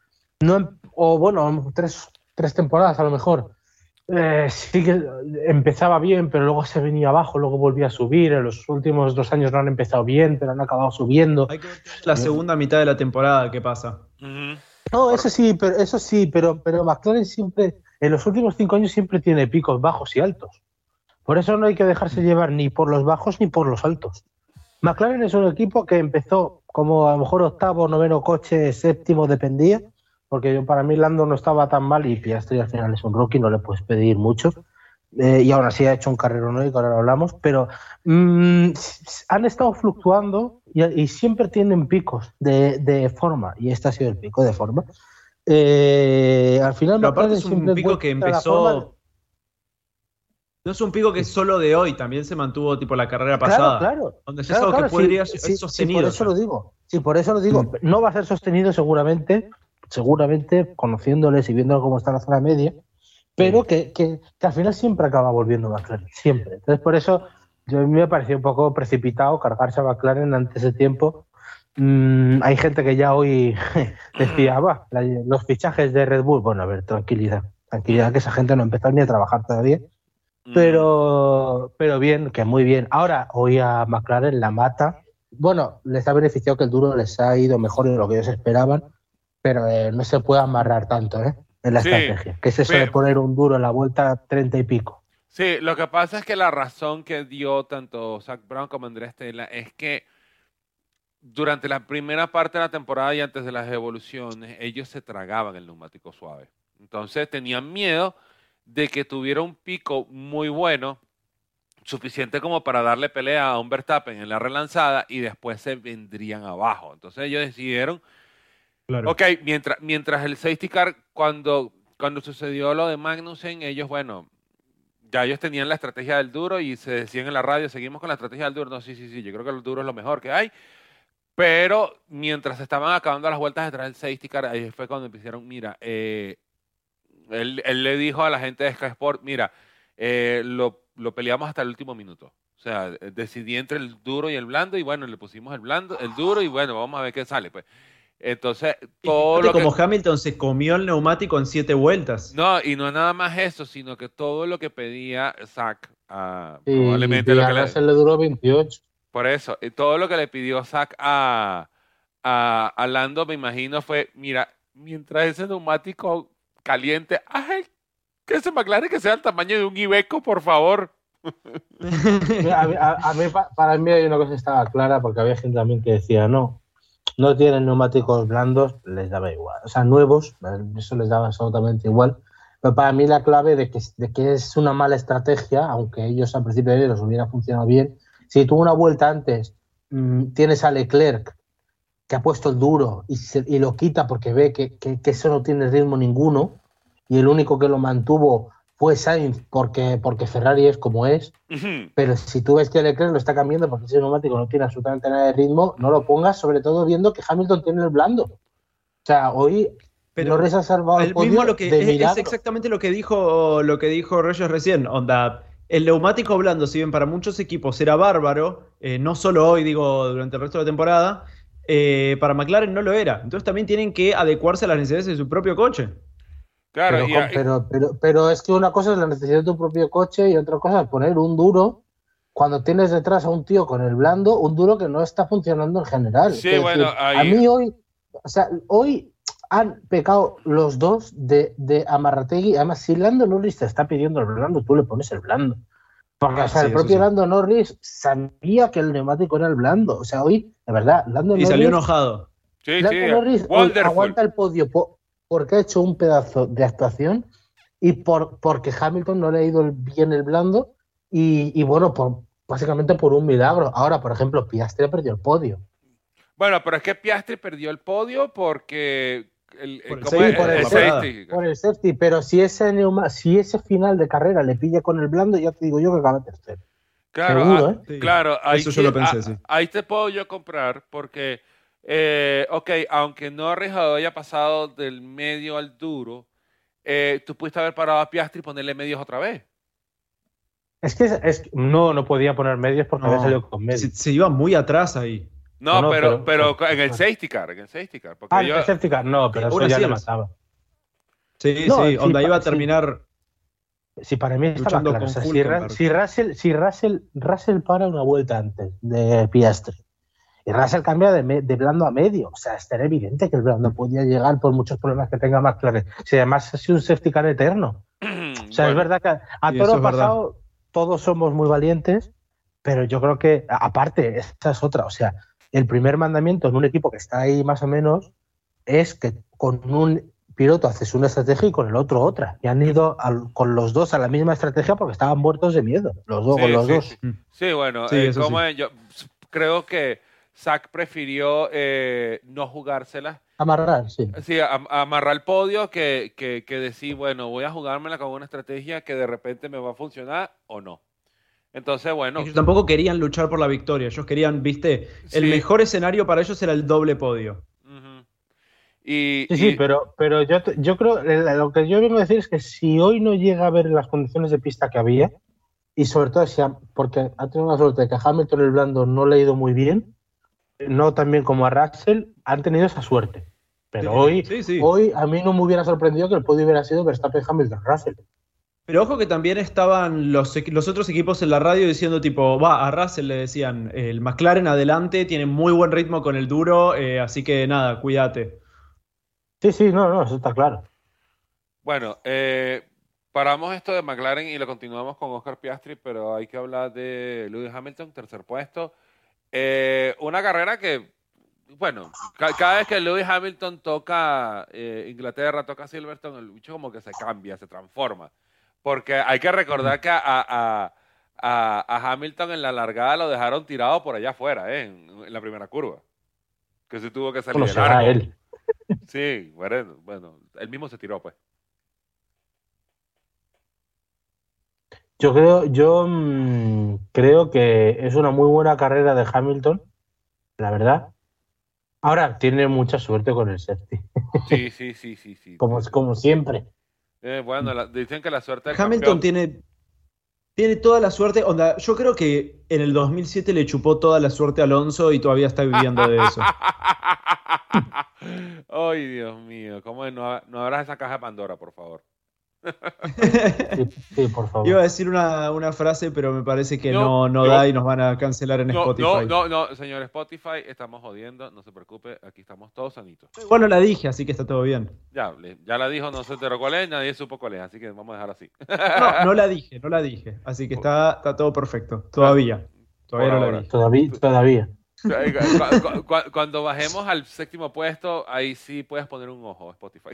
tres temporadas a lo mejor, sí que empezaba bien, pero luego se venía abajo, luego volvía a subir. En los últimos 2 años no han empezado bien, pero han acabado subiendo. Hay que ver la segunda mitad de la temporada, ¿qué pasa? No, eso sí, pero McLaren siempre... En los últimos 5 años siempre tiene picos bajos y altos. Por eso no hay que dejarse llevar ni por los bajos ni por los altos. McLaren es un equipo que empezó como a lo mejor 8º, 9º coche, 7º, dependía, porque para mí Lando no estaba tan mal y Piastri al final es un rookie, no le puedes pedir mucho. Y aún así ha hecho un carrerón y que ahora lo hablamos, pero han estado fluctuando y siempre tienen picos de forma, y este ha sido el pico de forma. Al final, pero aparte es un pico que empezó. No es un pico que es solo de hoy, también se mantuvo tipo la carrera pasada. Claro. Donde es algo que podría ser sostenido. Sí, por eso lo digo. No va a ser sostenido seguramente, conociéndoles y viendo cómo está la zona media, pero que al final siempre acaba volviendo McLaren, siempre. Entonces, por eso a mí me pareció un poco precipitado cargarse a McLaren antes de tiempo. Hay gente que ya hoy decía, los fichajes de Red Bull, bueno, a ver, tranquilidad, que esa gente no ha empezado ni a trabajar todavía. Pero bien, que muy bien. Ahora, hoy a McLaren la mata. Bueno, les ha beneficiado que el duro les ha ido mejor de lo que ellos esperaban, pero no se puede amarrar tanto en la estrategia. Que es eso de poner un duro en la vuelta 30 y pico. Sí, lo que pasa es que la razón que dio tanto Zak Brown como Andrea Stella es que durante la primera parte de la temporada y antes de las evoluciones, ellos se tragaban el neumático suave. Entonces tenían miedo de que tuviera un pico muy bueno, suficiente como para darle pelea a un Verstappen en la relanzada y después se vendrían abajo. Entonces ellos decidieron, ok, mientras el safety car, cuando sucedió lo de Magnussen, ellos, bueno, ya ellos tenían la estrategia del duro y se decían en la radio, seguimos con la estrategia del duro. No, sí, yo creo que el duro es lo mejor que hay. Pero mientras estaban acabando las vueltas detrás del safety car, ahí fue cuando empezaron, mira, él le dijo a la gente de Sky Sport, mira, lo peleamos hasta el último minuto. O sea, decidí entre el duro y el blando y bueno, le pusimos el duro y bueno, vamos a ver qué sale, pues. Entonces, todo lo como Hamilton se comió el neumático en 7 vueltas. No, y no es nada más eso, sino que todo lo que pedía Zak, probablemente lo que le duró 28. Por eso, todo lo que le pidió Zak a Lando, me imagino, fue, mira, mientras ese neumático caliente, ¡ay! Que ese McLaren que sea el tamaño de un Iveco, por favor. Para mí hay una cosa que estaba clara, porque había gente también que decía, no tienen neumáticos blandos, les daba igual. O sea, nuevos, eso les daba absolutamente igual. Pero para mí la clave de que es una mala estrategia, aunque ellos al principio de ellos hubiera funcionado bien, si tú una vuelta antes tienes a Leclerc que ha puesto el duro y lo quita porque ve que eso no tiene ritmo ninguno, y el único que lo mantuvo fue Sainz porque Ferrari es como es. Pero si tú ves que Leclerc lo está cambiando porque ese neumático no tiene absolutamente nada de ritmo, no lo pongas, sobre todo viendo que Hamilton tiene el blando. O sea, hoy Norris ha salvado el podio es exactamente lo que dijo Reyes recién. Onda, el neumático blando, si bien para muchos equipos era bárbaro, no solo hoy, digo, durante el resto de la temporada, para McLaren no lo era. Entonces también tienen que adecuarse a las necesidades de su propio coche. Claro, pero es que una cosa es la necesidad de tu propio coche y otra cosa es poner un duro cuando tienes detrás a un tío con el blando, un duro que no está funcionando en general. Sí, bueno, a mí hoy han pecado los dos de Amarrategui. Además, si Lando Norris te está pidiendo el blando, tú le pones el blando. Porque el propio Lando Norris sabía que el neumático era el blando. O sea, hoy, de verdad, Lando Norris... Y salió enojado. Lando Norris aguanta el podio porque ha hecho un pedazo de actuación y porque Hamilton no le ha ido bien el blando y bueno, básicamente por un milagro. Ahora, por ejemplo, Piastri ha perdido el podio. Bueno, pero es que Piastri perdió el podio porque por el safety, pero si ese final de carrera le pilla con el blando, ya te digo yo que acaba tercero. Claro, seguro, sí. Claro, ahí eso yo lo pensé, sí. Ahí te puedo yo comprar porque aunque Norris haya pasado del medio al duro, tú pudiste haber parado a Piastri y ponerle medios otra vez. Es que no podía poner medios porque había salido con medios. Se iba muy atrás ahí. No, pero en el safety car. En el safety car no, pero eso ya le mataba. Sí, onda iba a terminar. Sí, para mí estaba claro. O sea, si Russell para una vuelta antes de Piastri y Russell cambia de blando a medio, o sea, era evidente que el blando podía llegar por muchos problemas que tenga McLaren. Si además ha sido un safety car eterno. O sea, es verdad que a toro pasado todos somos muy valientes, pero yo creo que, aparte, esa es otra. O sea, el primer mandamiento en un equipo que está ahí más o menos es que con un piloto haces una estrategia y con el otro otra. Y han ido con los dos a la misma estrategia porque estaban muertos de miedo, los dos, con los dos. Sí. Sí, bueno, Sí, eso como sí. yo creo que Zach prefirió no jugárselas. Amarrar, sí. Sí, amarrar el podio que decir, bueno, voy a jugármela con una estrategia que de repente me va a funcionar o no. Entonces, bueno, Ellos tampoco querían luchar por la victoria. Ellos querían, viste, el sí. mejor escenario para ellos era el doble podio. Ujú. Y, Sí, sí, y- pero yo creo, lo que yo vengo a decir es que si hoy no llega a ver las condiciones de pista que había, y sobre todo porque ha tenido la suerte de que a Hamilton el blando no le ha ido muy bien, no tan bien como a Russell, han tenido esa suerte. Pero Sí. hoy a mí no me hubiera sorprendido que el podio hubiera sido Verstappen, Hamilton, Russell. Pero ojo que también estaban los otros equipos en la radio diciendo tipo, va, a Russell le decían, el McLaren adelante, tiene muy buen ritmo con el duro, así que nada, cuídate. Sí, no, eso está claro. bueno, paramos esto de McLaren y lo continuamos con Oscar Piastri, pero hay que hablar de Lewis Hamilton, tercer puesto. Una carrera que, bueno, cada vez que Lewis Hamilton toca Inglaterra, toca Silverstone, el bicho como que se cambia, se transforma. Porque hay que recordar que a Hamilton en la largada lo dejaron tirado por allá afuera, en la primera curva. Que se tuvo que salir Bueno, de será largo. él. Sí, bueno, él mismo se tiró, pues. Creo que es una muy buena carrera de Hamilton, la verdad. Ahora tiene mucha suerte con el safety, Sí. como siempre. Bueno, dicen que la suerte del Hamilton campeón. tiene toda la suerte, onda, yo creo que en el 2007 le chupó toda la suerte a Alonso y todavía está viviendo de eso. Ay, Dios mío, ¿cómo no abras esa caja de Pandora, por favor? Sí, por favor. Iba a decir una frase, pero me parece que No, no yo- da y nos van a cancelar en Spotify. No, señor Spotify, estamos jodiendo, no se preocupe, aquí estamos todos sanitos. Bueno, la dije, así que está todo bien. Ya la dijo, no se enteró cuál es, nadie supo cuál es, así que vamos a dejar así. No la dije. Así que está todo perfecto. Todavía Por no la ahora. dije. Todavía. Cuando bajemos al séptimo puesto, ahí sí puedes poner un ojo, Spotify.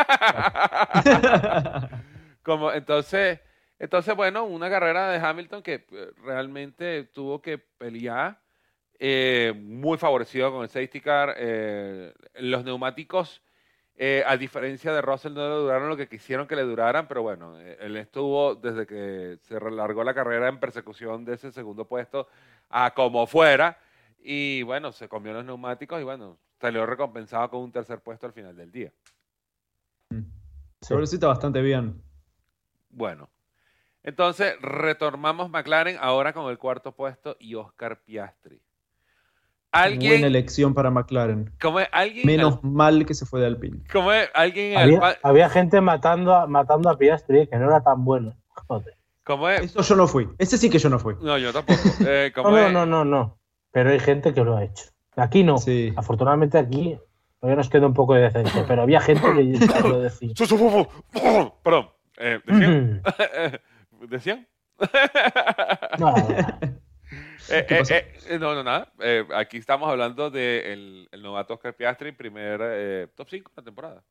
Entonces, bueno, una carrera de Hamilton que realmente tuvo que pelear, muy favorecido con el safety car. Los neumáticos, a diferencia de Russell, no le duraron lo que quisieron que le duraran, pero bueno, él estuvo desde que se relargó la carrera en persecución de ese segundo puesto a como fuera. Y bueno, se comió los neumáticos y bueno, salió recompensado con un tercer puesto al final del día. Seguro sí está bastante bien. Bueno, entonces retomamos McLaren ahora con el cuarto puesto y Oscar Piastri. Buena elección para McLaren. Menos mal que se fue de Alpine. Había gente matando a Piastri, que no era tan bueno. Joder. Eso yo no fui. Ese sí que yo no fui. No, yo tampoco. No. Pero hay gente que lo ha hecho. Aquí no. Sí. Afortunadamente aquí todavía nos queda un poco de decencia, pero había gente que lo decía. Perdón. ¿Decían? ¿Decían? No. ¿Qué pasó? No, nada. Aquí estamos hablando del novato Oscar Piastri, primer top 5 de la temporada.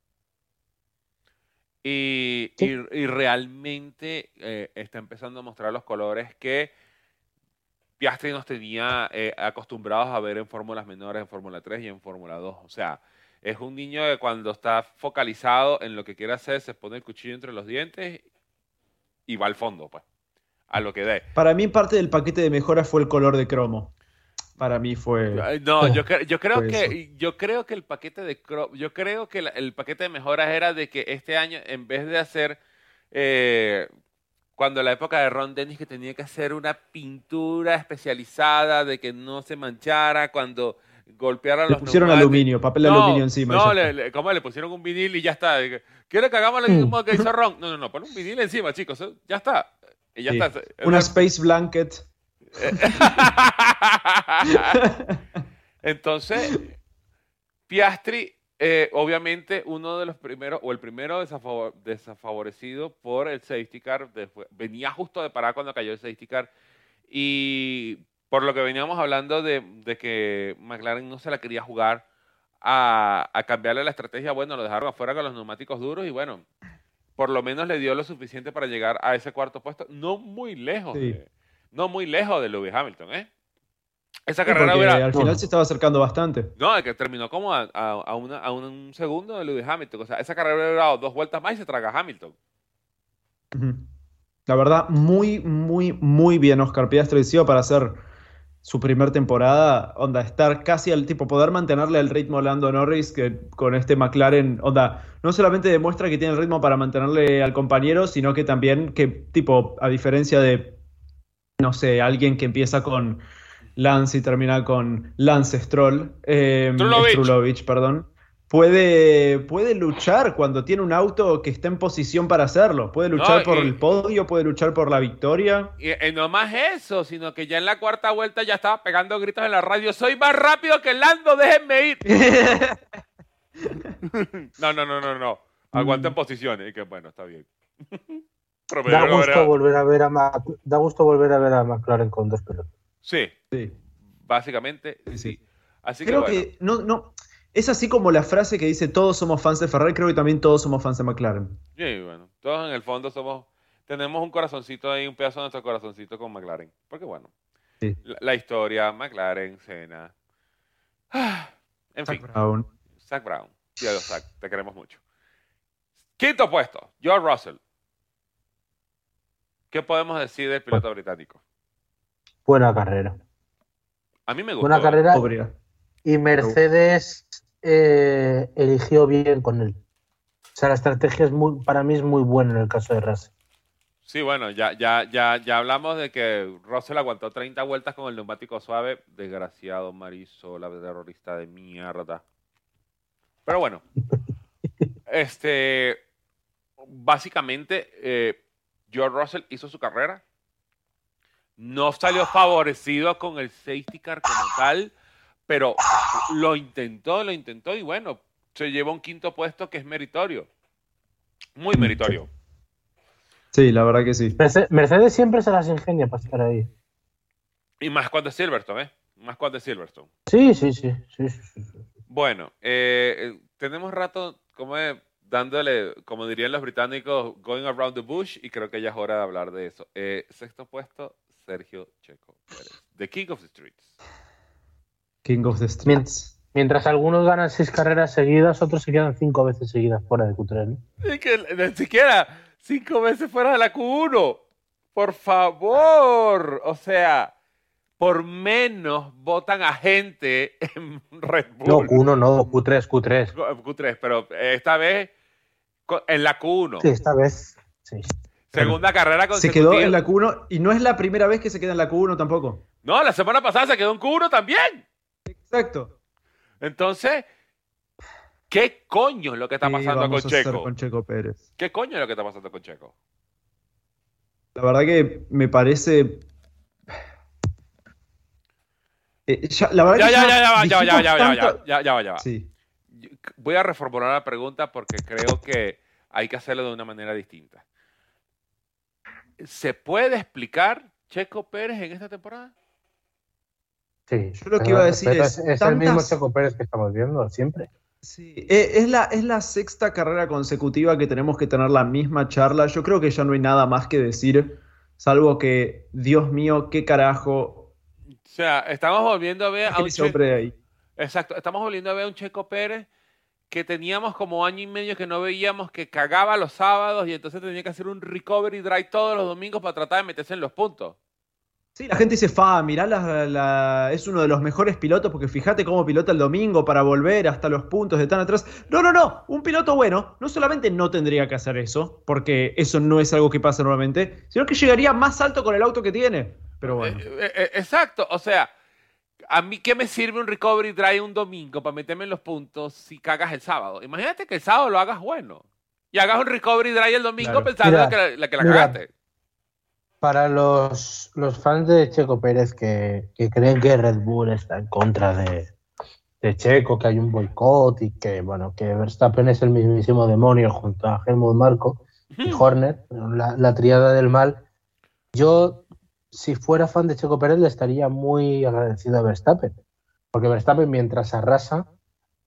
Y realmente está empezando a mostrar los colores que Piastri nos tenía acostumbrados a ver en fórmulas menores, en Fórmula 3 y en Fórmula 2. O sea, es un niño que cuando está focalizado en lo que quiere hacer, se pone el cuchillo entre los dientes y va al fondo, pues, a lo que dé. Para mí parte del paquete de mejora fue el color de cromo. Para mí fue... No, yo creo que el paquete de el paquete de mejoras era de que este año, en vez de hacer cuando la época de Ron Dennis, que tenía que hacer una pintura especializada de que no se manchara cuando golpearan Le los pusieron neumáticos. aluminio, papel de aluminio encima. No, ¿cómo le pusieron un vinil y ya está? ¿Quiere que hagamos lo mismo que hizo Ron? No, pon un vinil encima, chicos, ya está. Y ya está. Una space blanket. Entonces, Piastri, obviamente, uno de los primeros, o el primero desafavorecido por el safety car, venía justo de parar cuando cayó el safety car, y por lo que veníamos hablando de que McLaren no se la quería jugar a cambiarle la estrategia. Bueno, lo dejaron afuera con los neumáticos duros y bueno, por lo menos le dio lo suficiente para llegar a ese cuarto puesto. No muy lejos, no muy lejos de Lewis Hamilton, ¿eh? Esa carrera hubiera... al final se estaba acercando bastante. No, es que terminó como a un segundo de Lewis Hamilton. O sea, esa carrera hubiera dado 2 vueltas más y se traga a Hamilton. La verdad, muy, muy, muy bien Oscar Piastri para hacer su primer temporada. Onda, estar casi al tipo, poder mantenerle el ritmo a Lando Norris, que con este McLaren, onda, no solamente demuestra que tiene el ritmo para mantenerle al compañero, sino que también que, tipo, a diferencia de, no sé, alguien que empieza con Lance y termina con Lance Stroll, Strulovich, perdón, puede luchar cuando tiene un auto que está en posición para hacerlo. Puede luchar por el podio, puede luchar por la victoria. Y no más eso, sino que ya en la cuarta vuelta ya estaba pegando gritos en la radio: ¡soy más rápido que Lando, déjenme ir! No. Aguanten posiciones. Y que bueno, está bien. Da gusto volver a ver a McLaren con 2 pilotos. Sí. Básicamente, sí. Así creo que no. Es así como la frase que dice todos somos fans de Ferrari, creo que también todos somos fans de McLaren. Sí, bueno, todos en el fondo tenemos un corazoncito ahí, un pedazo de nuestro corazoncito con McLaren. Porque bueno, la historia, McLaren, Senna. En fin. Zak Brown. Dios, Zak, te queremos mucho. Quinto puesto, George Russell. ¿Qué podemos decir del piloto británico? Buena carrera. A mí me gustó. Buena carrera. Y Mercedes eligió bien con él. O sea, la estrategia para mí es muy buena en el caso de Russell. Sí, bueno, ya hablamos de que Russell aguantó 30 vueltas con el neumático suave. Desgraciado Marisol, la terrorista de mierda. Pero bueno, básicamente George Russell hizo su carrera. No salió favorecido con el safety car como tal, pero lo intentó y bueno, se llevó un quinto puesto que es meritorio. Muy meritorio. Sí, la verdad que sí. Mercedes siempre se las ingenia para estar ahí. Y más cuando es Silverstone, ¿eh? Más cuando es Silverstone. Sí. Bueno, tenemos rato dándole, como dirían los británicos, going around the bush, y creo que ya es hora de hablar de eso. Sexto puesto, Sergio Checo Pérez. The King of the Streets. King of the Streets. Mientras algunos ganan 6 carreras seguidas, otros se quedan 5 veces seguidas fuera de Q3, ¿no? Y que ni siquiera 5 veces fuera de la Q1. Por favor. O sea, por menos votan a gente en Red Bull. No, Q1 no, Q3. Q3, pero esta vez en la Q1. Sí, esta vez, sí. Segunda carrera consecutiva. Se quedó en la Q1 y no es la primera vez que se queda en la Q1 tampoco. No, la semana pasada se quedó en Q1 también. Exacto. Entonces, ¿qué coño es lo que está pasando con Checo? Con Checo Pérez. ¿Qué coño es lo que está pasando con Checo? La verdad que me parece... Ya va. Sí. Voy a reformular la pregunta porque creo que hay que hacerlo de una manera distinta. ¿Se puede explicar Checo Pérez en esta temporada? Sí. Yo lo que iba a decir es el mismo Checo Pérez que estamos viendo siempre. Sí, es la sexta carrera consecutiva que tenemos que tener la misma charla. Yo creo que ya no hay nada más que decir, salvo que, Dios mío, qué carajo. O sea, estamos volviendo a ver a un Checo. Exacto, estamos volviendo a ver a un Checo Pérez que teníamos como año y medio que no veíamos, que cagaba los sábados y entonces tenía que hacer un recovery drive todos los domingos para tratar de meterse en los puntos. Sí, la gente dice, mirá, es uno de los mejores pilotos porque fíjate cómo pilota el domingo para volver hasta los puntos de tan atrás. No, un piloto bueno no solamente no tendría que hacer eso, porque eso no es algo que pasa normalmente, sino que llegaría más alto con el auto que tiene. Pero bueno. Exacto, o sea, ¿a mí qué me sirve un recovery drive un domingo para meterme en los puntos si cagas el sábado? Imagínate que el sábado lo hagas bueno y hagas un recovery drive el domingo pensando que la cagaste. Para los fans de Checo Pérez que creen que Red Bull está en contra de Checo, que hay un boicot y que Verstappen es el mismísimo demonio junto a Helmut Marko y Horner, la triada del mal, yo, si fuera fan de Checo Pérez, le estaría muy agradecido a Verstappen, porque Verstappen mientras arrasa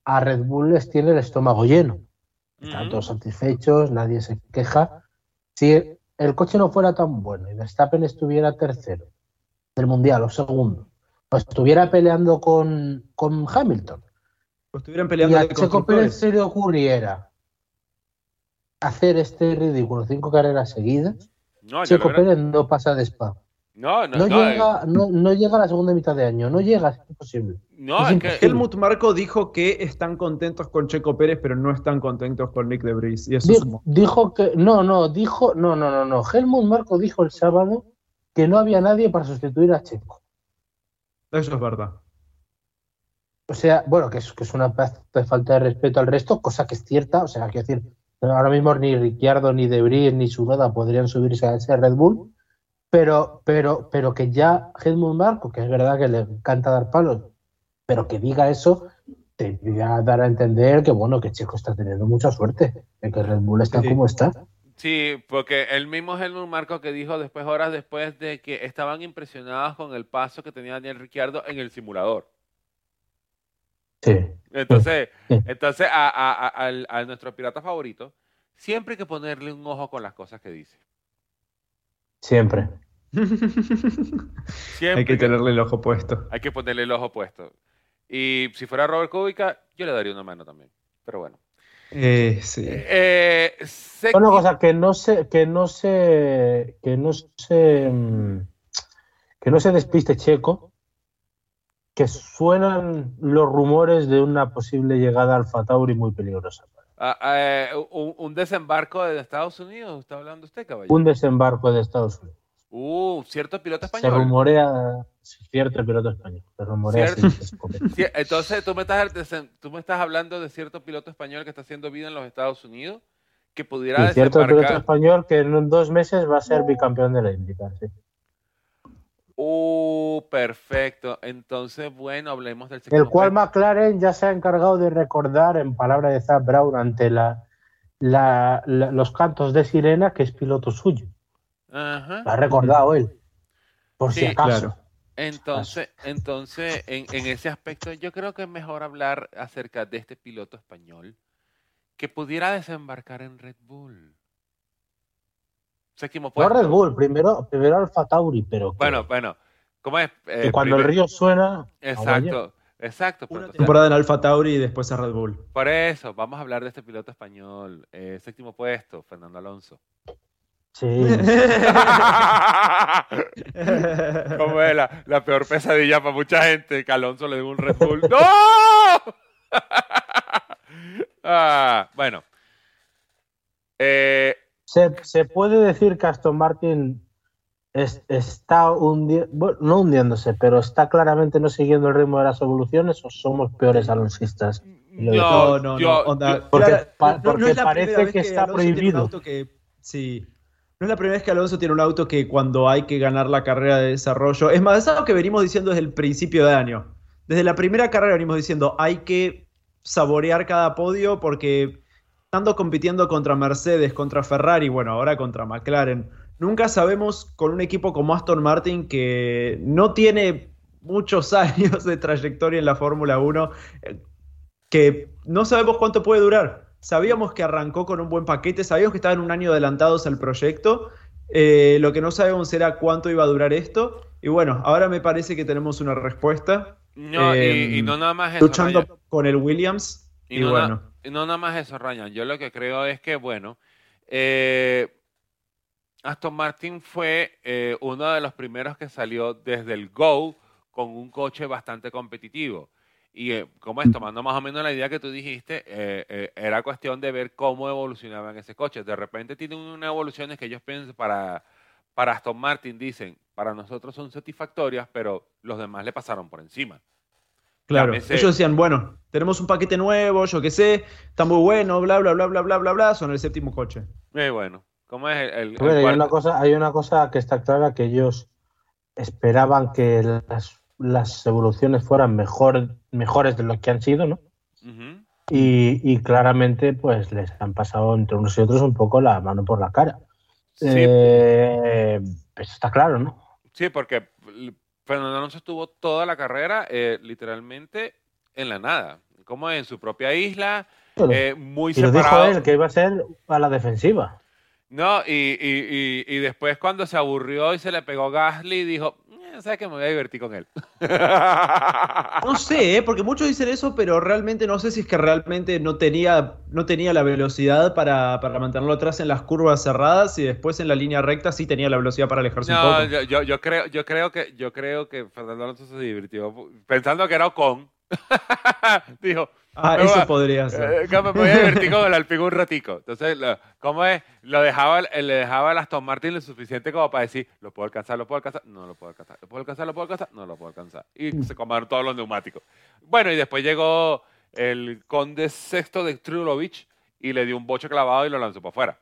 a Red Bull les tiene el estómago lleno. Están Ujú. todos satisfechos, nadie se queja. Si el coche no fuera tan bueno y Verstappen estuviera tercero del Mundial o segundo, o estuviera peleando con Hamilton, O estuvieran y peleando a de Checo Pérez constructores. se le ocurriera hacer este ridículo 5 carreras seguidas, No, ya lo Checo verán. Pérez no pasa de Spa. No, no, No no, llega, no llega a la segunda mitad de año, no llega, es imposible. no, Es es que imposible. Helmut Marko dijo que están contentos con Checo Pérez, pero no están contentos con Nick de Vries. Y eso sumó. Dijo que no. Helmut Marko dijo el sábado que no había nadie para sustituir a Checo. Eso es verdad. O sea, bueno, que es una falta de respeto al resto, cosa que es cierta. O sea, quiero decir, ahora mismo ni Ricciardo, ni De Vries, ni Tsunoda podrían subirse a ese Red Bull, pero que ya Helmut Marko, que es verdad que le encanta dar palos, pero que diga eso, te voy a dar a entender que bueno, que Checo está teniendo mucha suerte, de que Red Bull está Sí. como está. sí, porque el mismo Helmut Marko que dijo después, horas después, de que estaban impresionados con el paso que tenía Daniel Ricciardo en el simulador. Sí. Entonces, Sí. entonces a nuestro pirata favorito, siempre hay que ponerle un ojo con las cosas que dice. Siempre. Siempre Hay que tenerle el ojo puesto. hay que ponerle el ojo puesto. Y si fuera Robert Kubica, yo le daría una mano también. Pero bueno. Sí. Una cosa que no se despiste Checo, que suenan los rumores de una posible llegada al Alfa Tauri muy peligrosa. Un desembarco de Estados Unidos, ¿está hablando usted, caballero? Un desembarco de Estados Unidos. Cierto piloto Se español. rumorea, cierto piloto español, se rumorea Cierto. sí, Entonces, ¿tú me estás hablando de cierto piloto español que está haciendo vida en los Estados Unidos que pudiera y cierto piloto desembarcar? español que en 2 meses va a ser bicampeón de la IndyCar, sí. Perfecto. Entonces, bueno, hablemos del El séptimo cual puesto. McLaren ya se ha encargado de recordar, en palabras de Zak Brown, ante los cantos de sirena, que es piloto suyo. Ajá. Lo ha recordado él, por si Sí, acaso. Claro. Entonces, en ese aspecto, yo creo que es mejor hablar acerca de este piloto español que pudiera desembarcar en Red Bull. Séptimo No puesto. Red Bull, primero Alfa Tauri, pero que, Bueno, ¿cómo es? que cuando el río suena, agua lleva. Exacto. Pues, Una entonces, temporada en Alfa Tauri y después a Red Bull. por eso, vamos a hablar de este piloto español. Séptimo puesto, Fernando Alonso. Sí. ¿Cómo es la peor pesadilla para mucha gente? Que Alonso le dé un Red Bull. ¡No! Bueno. Se puede decir que Aston Martin está no hundiéndose, pero está claramente no siguiendo el ritmo de las evoluciones, o somos peores alonsistas. No, No. Onda, Porque no es la parece primera vez que está Alonso tiene un prohibido. auto sí. No es la primera vez que Alonso tiene un auto que cuando hay que ganar la carrera de desarrollo. Es más, es algo que venimos diciendo desde el principio de año. Desde la primera carrera venimos diciendo hay que saborear cada podio porque estando compitiendo contra Mercedes, contra Ferrari, bueno, ahora contra McLaren. Nunca sabemos con un equipo como Aston Martin que no tiene muchos años de trayectoria en la Fórmula 1, que no sabemos cuánto puede durar. Sabíamos que arrancó con un buen paquete, sabíamos que estaban un año adelantados al proyecto. Lo que no sabemos era cuánto iba a durar esto. Y bueno, ahora me parece que tenemos una respuesta. No, y no nada más eso, luchando Ryan. con el Williams. Y no nada más eso, Ryan. Yo lo que creo es que, bueno, Aston Martin fue uno de los primeros que salió desde el Go con un coche bastante competitivo. Y como es, tomando más o menos la idea que tú dijiste, era cuestión de ver cómo evolucionaban ese coche. De repente tienen unas evoluciones que ellos piensan para Aston Martin, dicen, para nosotros son satisfactorias, pero los demás le pasaron por encima. Claro, Llámese, ellos decían, bueno, tenemos un paquete nuevo, yo qué sé, está muy bueno, bla, bla, bla, bla, bla, bla, bla, son el séptimo coche. bueno, ¿cómo es Bueno, hay una cosa que está clara, que ellos esperaban que las evoluciones fueran mejores de lo que han sido, ¿no? Uh-huh. Y claramente pues les han pasado entre unos y otros un poco la mano por la cara. Sí. Pues está claro, ¿no? Sí, porque Fernando Alonso estuvo toda la carrera literalmente en la nada. como en su propia isla, muy y lo separado. dijo él, que iba a ser a la defensiva. No, y después cuando se aburrió y se le pegó Gasly, dijo, ¿sabes qué? Me voy a divertir con él. No sé, porque muchos dicen eso, pero realmente no sé si es que realmente no tenía la velocidad para mantenerlo atrás en las curvas cerradas y después en la línea recta sí tenía la velocidad para alejarse un No, poco. yo creo que Fernando Alonso se divirtió pensando que era Ocon. Dijo, Ah, me voy, eso podría ser. que me voy a divertir con el Alpine un ratico. Entonces, ¿cómo es? Le dejaba el Aston Martin lo suficiente como para decir, lo puedo alcanzar, no lo puedo alcanzar, lo puedo alcanzar, no lo puedo alcanzar. Y se comaron todos los neumáticos. Bueno, y después llegó el conde sexto de Trulovich y le dio un bocho clavado y lo lanzó para afuera.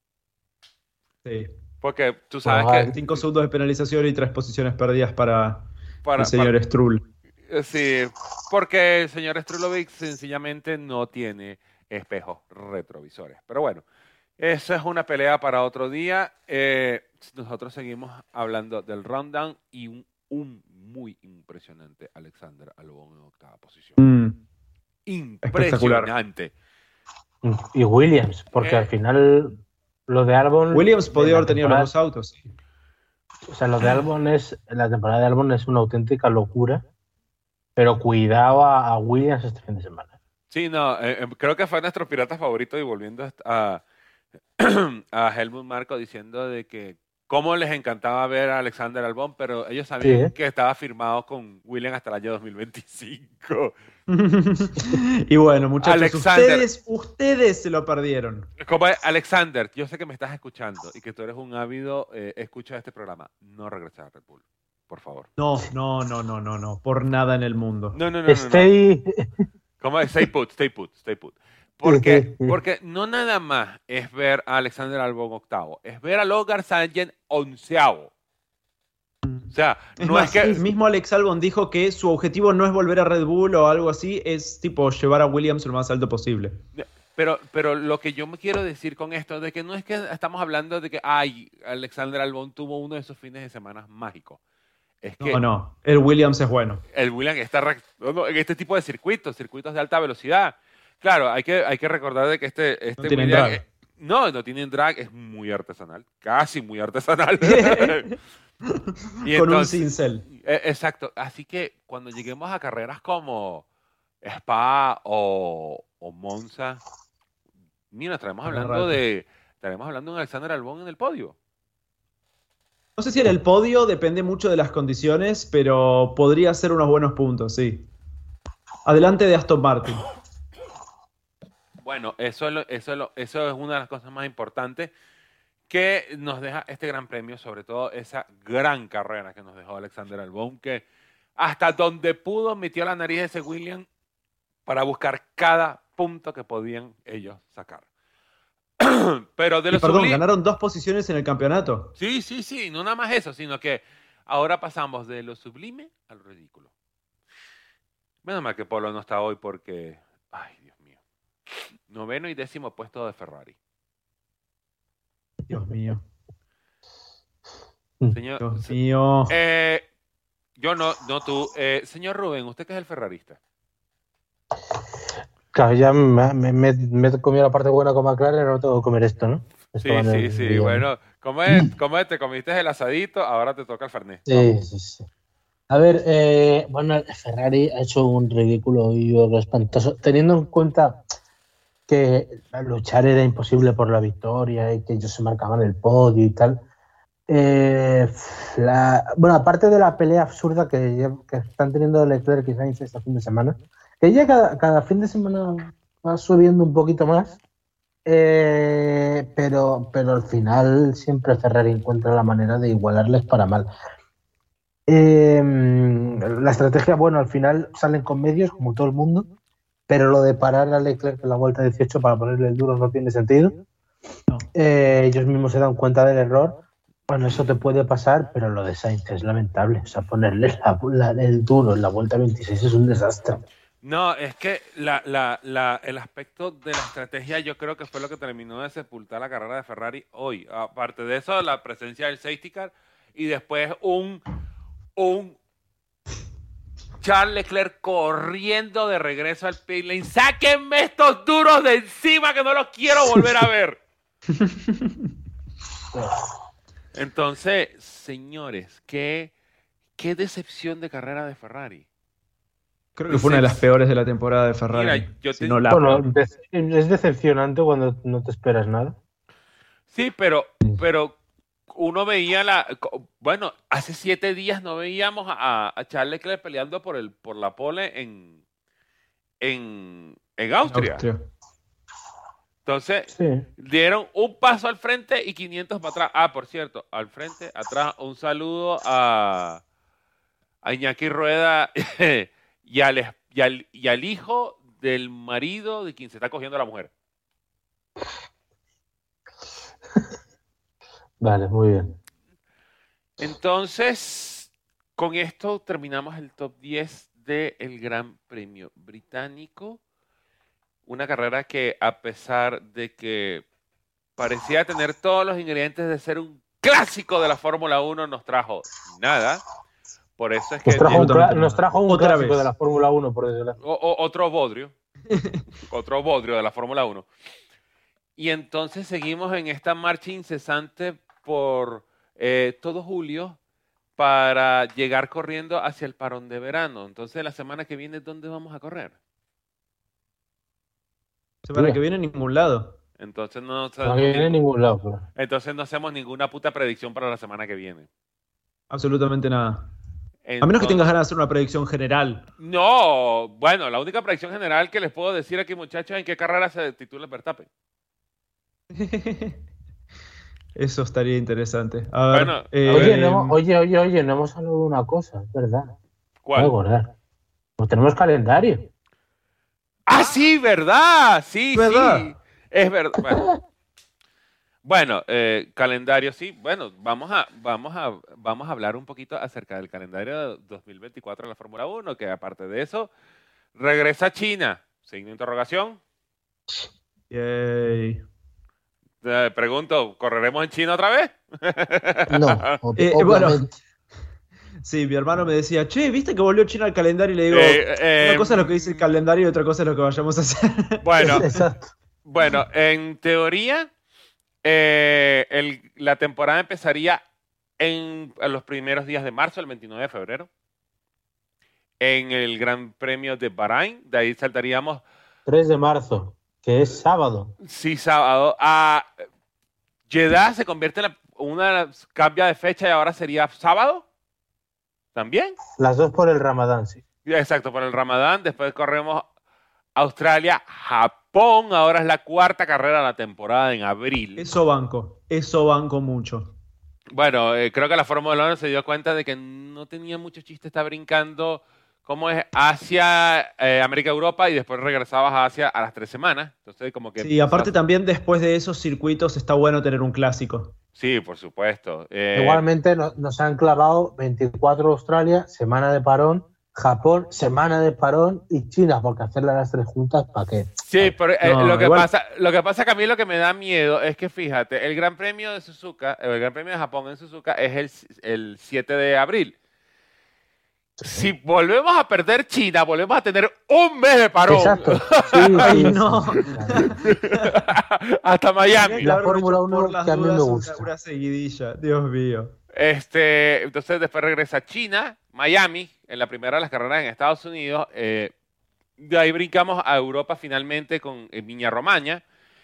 Sí. Porque tú sabes que... 5 segundos de penalización y 3 posiciones perdidas para el señor para, Stroll. sí, porque el señor Strulovic sencillamente no tiene espejos retrovisores. Pero bueno, esa es una pelea para otro día. Nosotros seguimos hablando del rundown y un muy impresionante Alexander Albon en octava posición. Impresionante. Y Williams, porque al final lo de Albon... Williams podía haber tenido los dos autos, sí. O sea, lo de Albon la temporada de Albon es una auténtica locura, pero cuidado a Williams este fin de semana. Sí, no, creo que fue nuestro pirata favorito y volviendo a Helmut Marko diciendo de que cómo les encantaba ver a Alexander Albon, pero ellos sabían que estaba firmado con Williams hasta el año 2025. Y bueno, muchachos, ustedes se lo perdieron. Como Alexander, yo sé que me estás escuchando y que tú eres un ávido escucha de este programa. No regreses a Red Bull, por favor. No, por nada en el mundo. No. ¿Cómo es? Stay put. Porque no nada más es ver a Alexander Albon octavo, es ver a Logan Sargent onceavo. O sea, no es que... El mismo Alex Albon dijo que su objetivo no es volver a Red Bull o algo así, es tipo llevar a Williams lo más alto posible. Pero lo que yo me quiero decir con esto, de que no es que estamos hablando de que, Alexander Albon tuvo uno de esos fines de semana mágicos. Es que no, el Williams es bueno. El Williams está en este tipo de circuitos de alta velocidad. Claro, hay que recordar de que este no tienen Williams, drag. No tienen drag, es muy artesanal, casi muy artesanal. Y con entonces, un cincel. Exacto, así que cuando lleguemos a carreras como Spa o Monza, mira, estaremos hablando de un Alexander Albon en el podio. No sé si en el podio, depende mucho de las condiciones, pero podría ser unos buenos puntos, sí. Adelante de Aston Martin. Bueno, eso es una de las cosas más importantes que nos deja este gran premio, sobre todo esa gran carrera que nos dejó Alexander Albon, que hasta donde pudo metió la nariz de ese Williams para buscar cada punto que podían ellos sacar. Pero de ganaron 2 posiciones en el campeonato. Sí, no nada más eso, sino que ahora pasamos de lo sublime a lo ridículo. Menos mal que Polo no está hoy porque, ay, Dios mío, 9º y 10º puesto de Ferrari. Dios mío. Señor, Dios mío. Yo no tú. Señor Rubén, usted que es el ferrarista. Claro, ya me he comido la parte buena con McLaren, ahora tengo que comer esto, ¿no? Sí. Bueno, ¿cómo es? Te comiste el asadito, ahora te toca el fernet. Sí. A ver, bueno, Ferrari ha hecho un ridículo y algo espantoso, teniendo en cuenta que luchar era imposible por la victoria y que ellos se marcaban el podio y tal. Bueno, aparte de la pelea absurda que están teniendo Leclerc y Sainz este fin de semana, que ya cada fin de semana va subiendo un poquito más, pero al final siempre Ferrari encuentra la manera de igualarles para mal. La estrategia, bueno, al final salen con medios como todo el mundo, pero lo de parar a Leclerc en la vuelta 18 para ponerle el duro no tiene sentido. No. Ellos mismos se dan cuenta del error. Bueno, eso te puede pasar, pero lo de Sainz es lamentable. O sea, ponerle el duro en la vuelta 26 es un desastre. No, es que el aspecto de la estrategia yo creo que fue lo que terminó de sepultar la carrera de Ferrari hoy. Aparte de eso, la presencia del safety car y después un Charles Leclerc corriendo de regreso al pit lane. ¡Sáquenme estos duros de encima que no los quiero volver a ver! Entonces, señores, qué decepción de carrera de Ferrari. Creo que fue una de las peores de la temporada de Ferrari. Mira, yo si no la peor. Es decepcionante cuando no te esperas nada. Sí, pero uno veía bueno, hace 7 días no veíamos a Charles Leclerc peleando por la pole en Austria. Entonces, sí, dieron un paso al frente y 500 para atrás. Ah, por cierto, al frente, atrás, un saludo a Iñaki Rueda y al hijo del marido de quien se está cogiendo a la mujer. Vale, muy bien. Entonces, con esto terminamos el top 10 del Gran Premio Británico. Una carrera que, a pesar de que parecía tener todos los ingredientes de ser un clásico de la Fórmula 1, nos trajo nada. Por eso es que nos trajo un otra clásico vez de la Fórmula 1, por desgracia. otro bodrio. Otro bodrio de la Fórmula 1. Y entonces seguimos en esta marcha incesante por todo julio para llegar corriendo hacia el parón de verano. Entonces, la semana que viene, ¿dónde vamos a correr? Semana que viene en ningún lado. Entonces no viene en ningún lado. Claro. Entonces no hacemos ninguna puta predicción para la semana que viene. Absolutamente nada. Entonces, a menos que tengas ganas de hacer una predicción general. No, bueno, la única predicción general que les puedo decir aquí, muchachos, es en qué carrera se titula Verstappen. Eso estaría interesante. A ver, Bueno, oye, no hemos hablado de una cosa, es verdad. ¿Cuál? Voy a acordar. Pues tenemos calendario. ¡Ah, sí, verdad! Sí, ¿verdad? sí. Es verdad. Bueno, calendario, sí. Bueno, vamos a hablar un poquito acerca del calendario de 2024 de la Fórmula 1, que aparte de eso, regresa a China. Signo de interrogación. Yay. Pregunto, ¿correremos en China otra vez? No, Bueno, obviamente. sí, mi hermano me decía, che, ¿viste que volvió China al calendario? Y le digo, una cosa es lo que dice el calendario y otra cosa es lo que vayamos a hacer. Bueno, Exacto. bueno, en teoría, la temporada empezaría en los primeros días de marzo, el 29 de febrero, en el Gran Premio de Bahrein. De ahí saltaríamos 3 de marzo, que es sábado. Sí, sábado. Jeddah se convierte en cambia de fecha y ahora sería sábado. ¿También? Las dos por el Ramadán, sí. Exacto, por el Ramadán. Después corremos Australia, Japón. Ahora es la 4ª carrera de la temporada en abril. Eso banco mucho. Bueno, creo que la Fórmula 1 se dio cuenta de que no tenía mucho chiste estar brincando como es Asia, América, Europa y después regresabas a Asia a las 3 semanas. Entonces, como que... Sí, aparte también después de esos circuitos está bueno tener un clásico. Sí, por supuesto. Igualmente nos han clavado 24 Australia, semana de parón, Japón, semana de parón y China, porque hacerlas las 3 juntas, ¿para qué? Sí, pero No, lo que igual... pasa que a mí lo que me da miedo es que, fíjate, el Gran Premio de Suzuka, el Gran Premio de Japón en Suzuka es el 7 de abril. Si volvemos a perder China, volvemos a tener un mes de parón. Exacto. Sí, Ay, sí, no. sí, claro. Hasta Miami. La Fórmula 1 que a mí me gusta. Una seguidilla, Dios mío. Entonces después regresa China, Miami, en la primera de las carreras en Estados Unidos. De ahí brincamos a Europa finalmente con Emilia Romagna,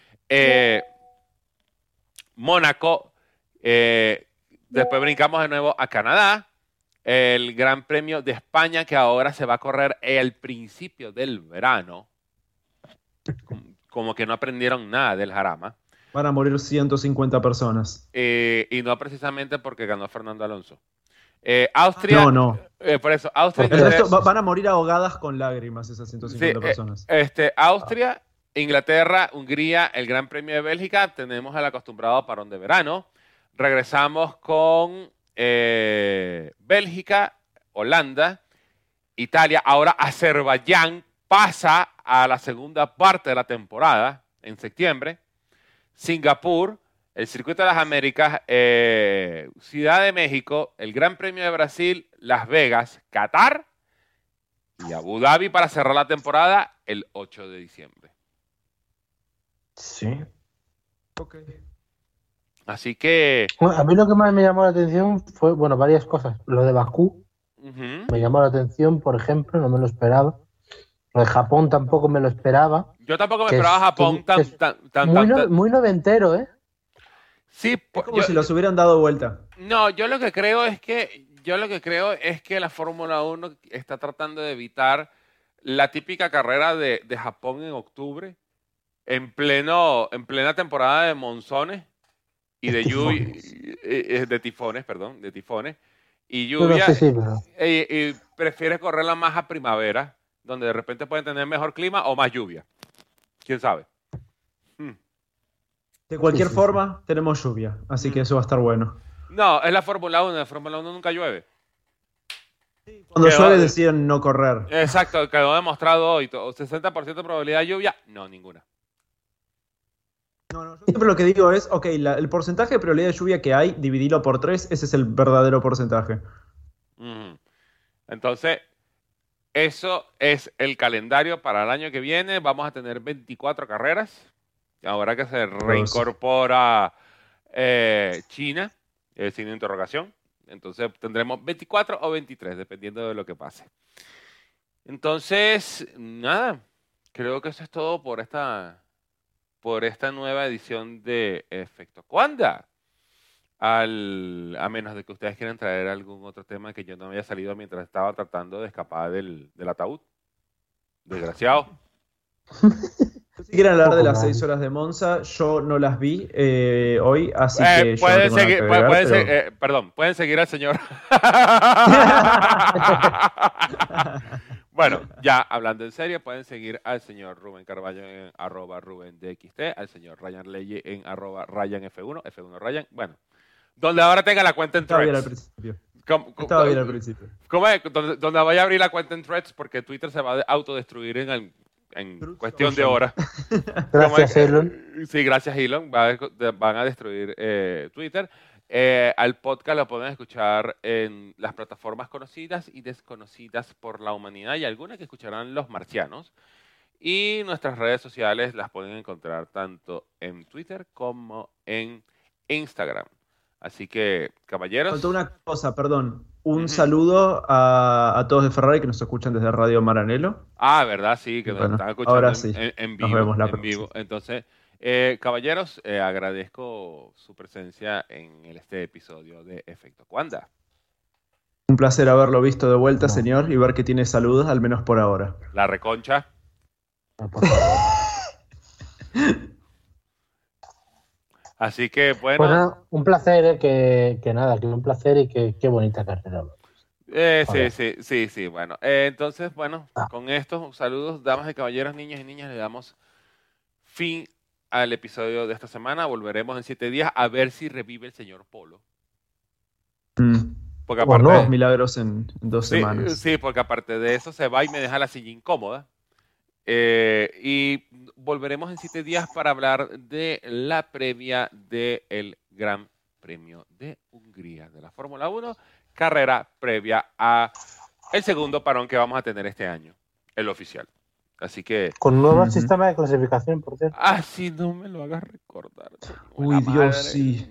Mónaco. Después brincamos de nuevo a Canadá. El Gran Premio de España, que ahora se va a correr al principio del verano. Como que no aprendieron nada del jarama. Van a morir 150 personas. Y no precisamente porque ganó Fernando Alonso. Austria. No. Por eso, Austria. El resto van a morir ahogadas con lágrimas esas 150 personas. Austria, Inglaterra, Hungría, el Gran Premio de Bélgica. Tenemos el acostumbrado parón de verano. Regresamos con Bélgica, Holanda, Italia. Ahora Azerbaiyán pasa a la segunda parte de la temporada en septiembre. Singapur, el Circuito de las Américas, Ciudad de México, el Gran Premio de Brasil, Las Vegas, Qatar Y Abu Dhabi para cerrar la temporada el 8 de diciembre. Sí. Ok. Así que... Bueno, a mí lo que más me llamó la atención fue, bueno, varias cosas. Lo de Bakú me llamó la atención, por ejemplo, no me lo esperaba. Lo de Japón tampoco me lo esperaba. Yo tampoco me esperaba Japón muy noventero, ¿eh? Sí, es como si los hubieran dado vuelta. No, yo lo que creo es que la Fórmula 1 está tratando de evitar la típica carrera de Japón en octubre, en plena temporada de monzones y de lluvia, de tifones, y lluvia, y prefiere correrla más a primavera, donde de repente pueden tener mejor clima o más lluvia. ¿Quién sabe? De cualquier forma, tenemos lluvia, así que eso va a estar bueno. No, es la Fórmula 1, en la Fórmula 1 nunca llueve. Cuando llueve deciden no correr. Exacto, quedó demostrado hoy. 60% de probabilidad de lluvia, no, ninguna. No, yo siempre lo que digo es, ok, el porcentaje de probabilidad de lluvia que hay, dividilo por 3, ese es el verdadero porcentaje. Entonces, eso es el calendario para el año que viene. Vamos a tener 24 carreras. Ahora que se reincorpora China, sin interrogación. Entonces tendremos 24 o 23, dependiendo de lo que pase. Entonces, nada, creo que eso es todo por esta nueva edición de Efecto Cuanda. A menos de que ustedes quieran traer algún otro tema que yo no haya salido mientras estaba tratando de escapar del ataúd. Desgraciado. Si quieren hablar de las 6 horas de Monza, yo no las vi hoy, así que pueden seguir, pueden seguir al señor. Bueno, ya hablando en serio, pueden seguir al señor Rubén Carballo en @RubénDXT, al señor Ryan Leye en @RyanF1, F1 Ryan, bueno, donde ahora tenga la cuenta en Threads. Estaba bien al principio. ¿Cómo es? Donde vaya a abrir la cuenta en Threads, porque Twitter se va a autodestruir en cuestión de horas. Gracias, Elon. Sí, gracias, Elon. Van a destruir Twitter. Al podcast lo pueden escuchar en las plataformas conocidas y desconocidas por la humanidad y algunas que escucharán los marcianos. Y nuestras redes sociales las pueden encontrar tanto en Twitter como en Instagram. Así que, caballeros... Faltó una cosa, perdón. Un saludo a todos de Ferrari que nos escuchan desde Radio Maranello. Ah, ¿verdad? Sí, que nos están escuchando ahora sí. en vivo. Nos vemos la vivo. Entonces, caballeros, agradezco su presencia en este episodio de Efecto Cuanda. Un placer haberlo visto de vuelta, señor, y ver que tiene salud, al menos por ahora. La reconcha. Así que, bueno, un placer, que un placer y que qué bonita carrera. Sí, bueno. Entonces, bueno, con estos saludos, damas y caballeros, niños y niñas, le damos fin al episodio de esta semana. Volveremos en 7 días a ver si revive el señor Polo. Porque aparte dos milagros en 2 semanas. Sí, porque aparte de eso se va y me deja la silla incómoda. Y volveremos en 7 días para hablar de la previa del Gran Premio de Hungría de la Fórmula 1, carrera previa a el segundo parón que vamos a tener este año, el oficial. Así que... Con nuevo sistema de clasificación, por cierto. Ah, sí, no me lo hagas recordar. Uy, Dios, sí.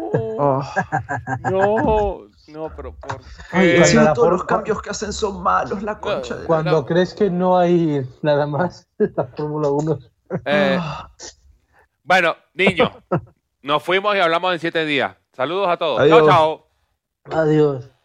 No, pero por qué. Todos los cambios que hacen son malos, la concha de... Cuando crees que no hay nada más, la Fórmula 1. Bueno, niños, nos fuimos y hablamos en 7 días. Saludos a todos. Adiós. Chao, chao. Adiós.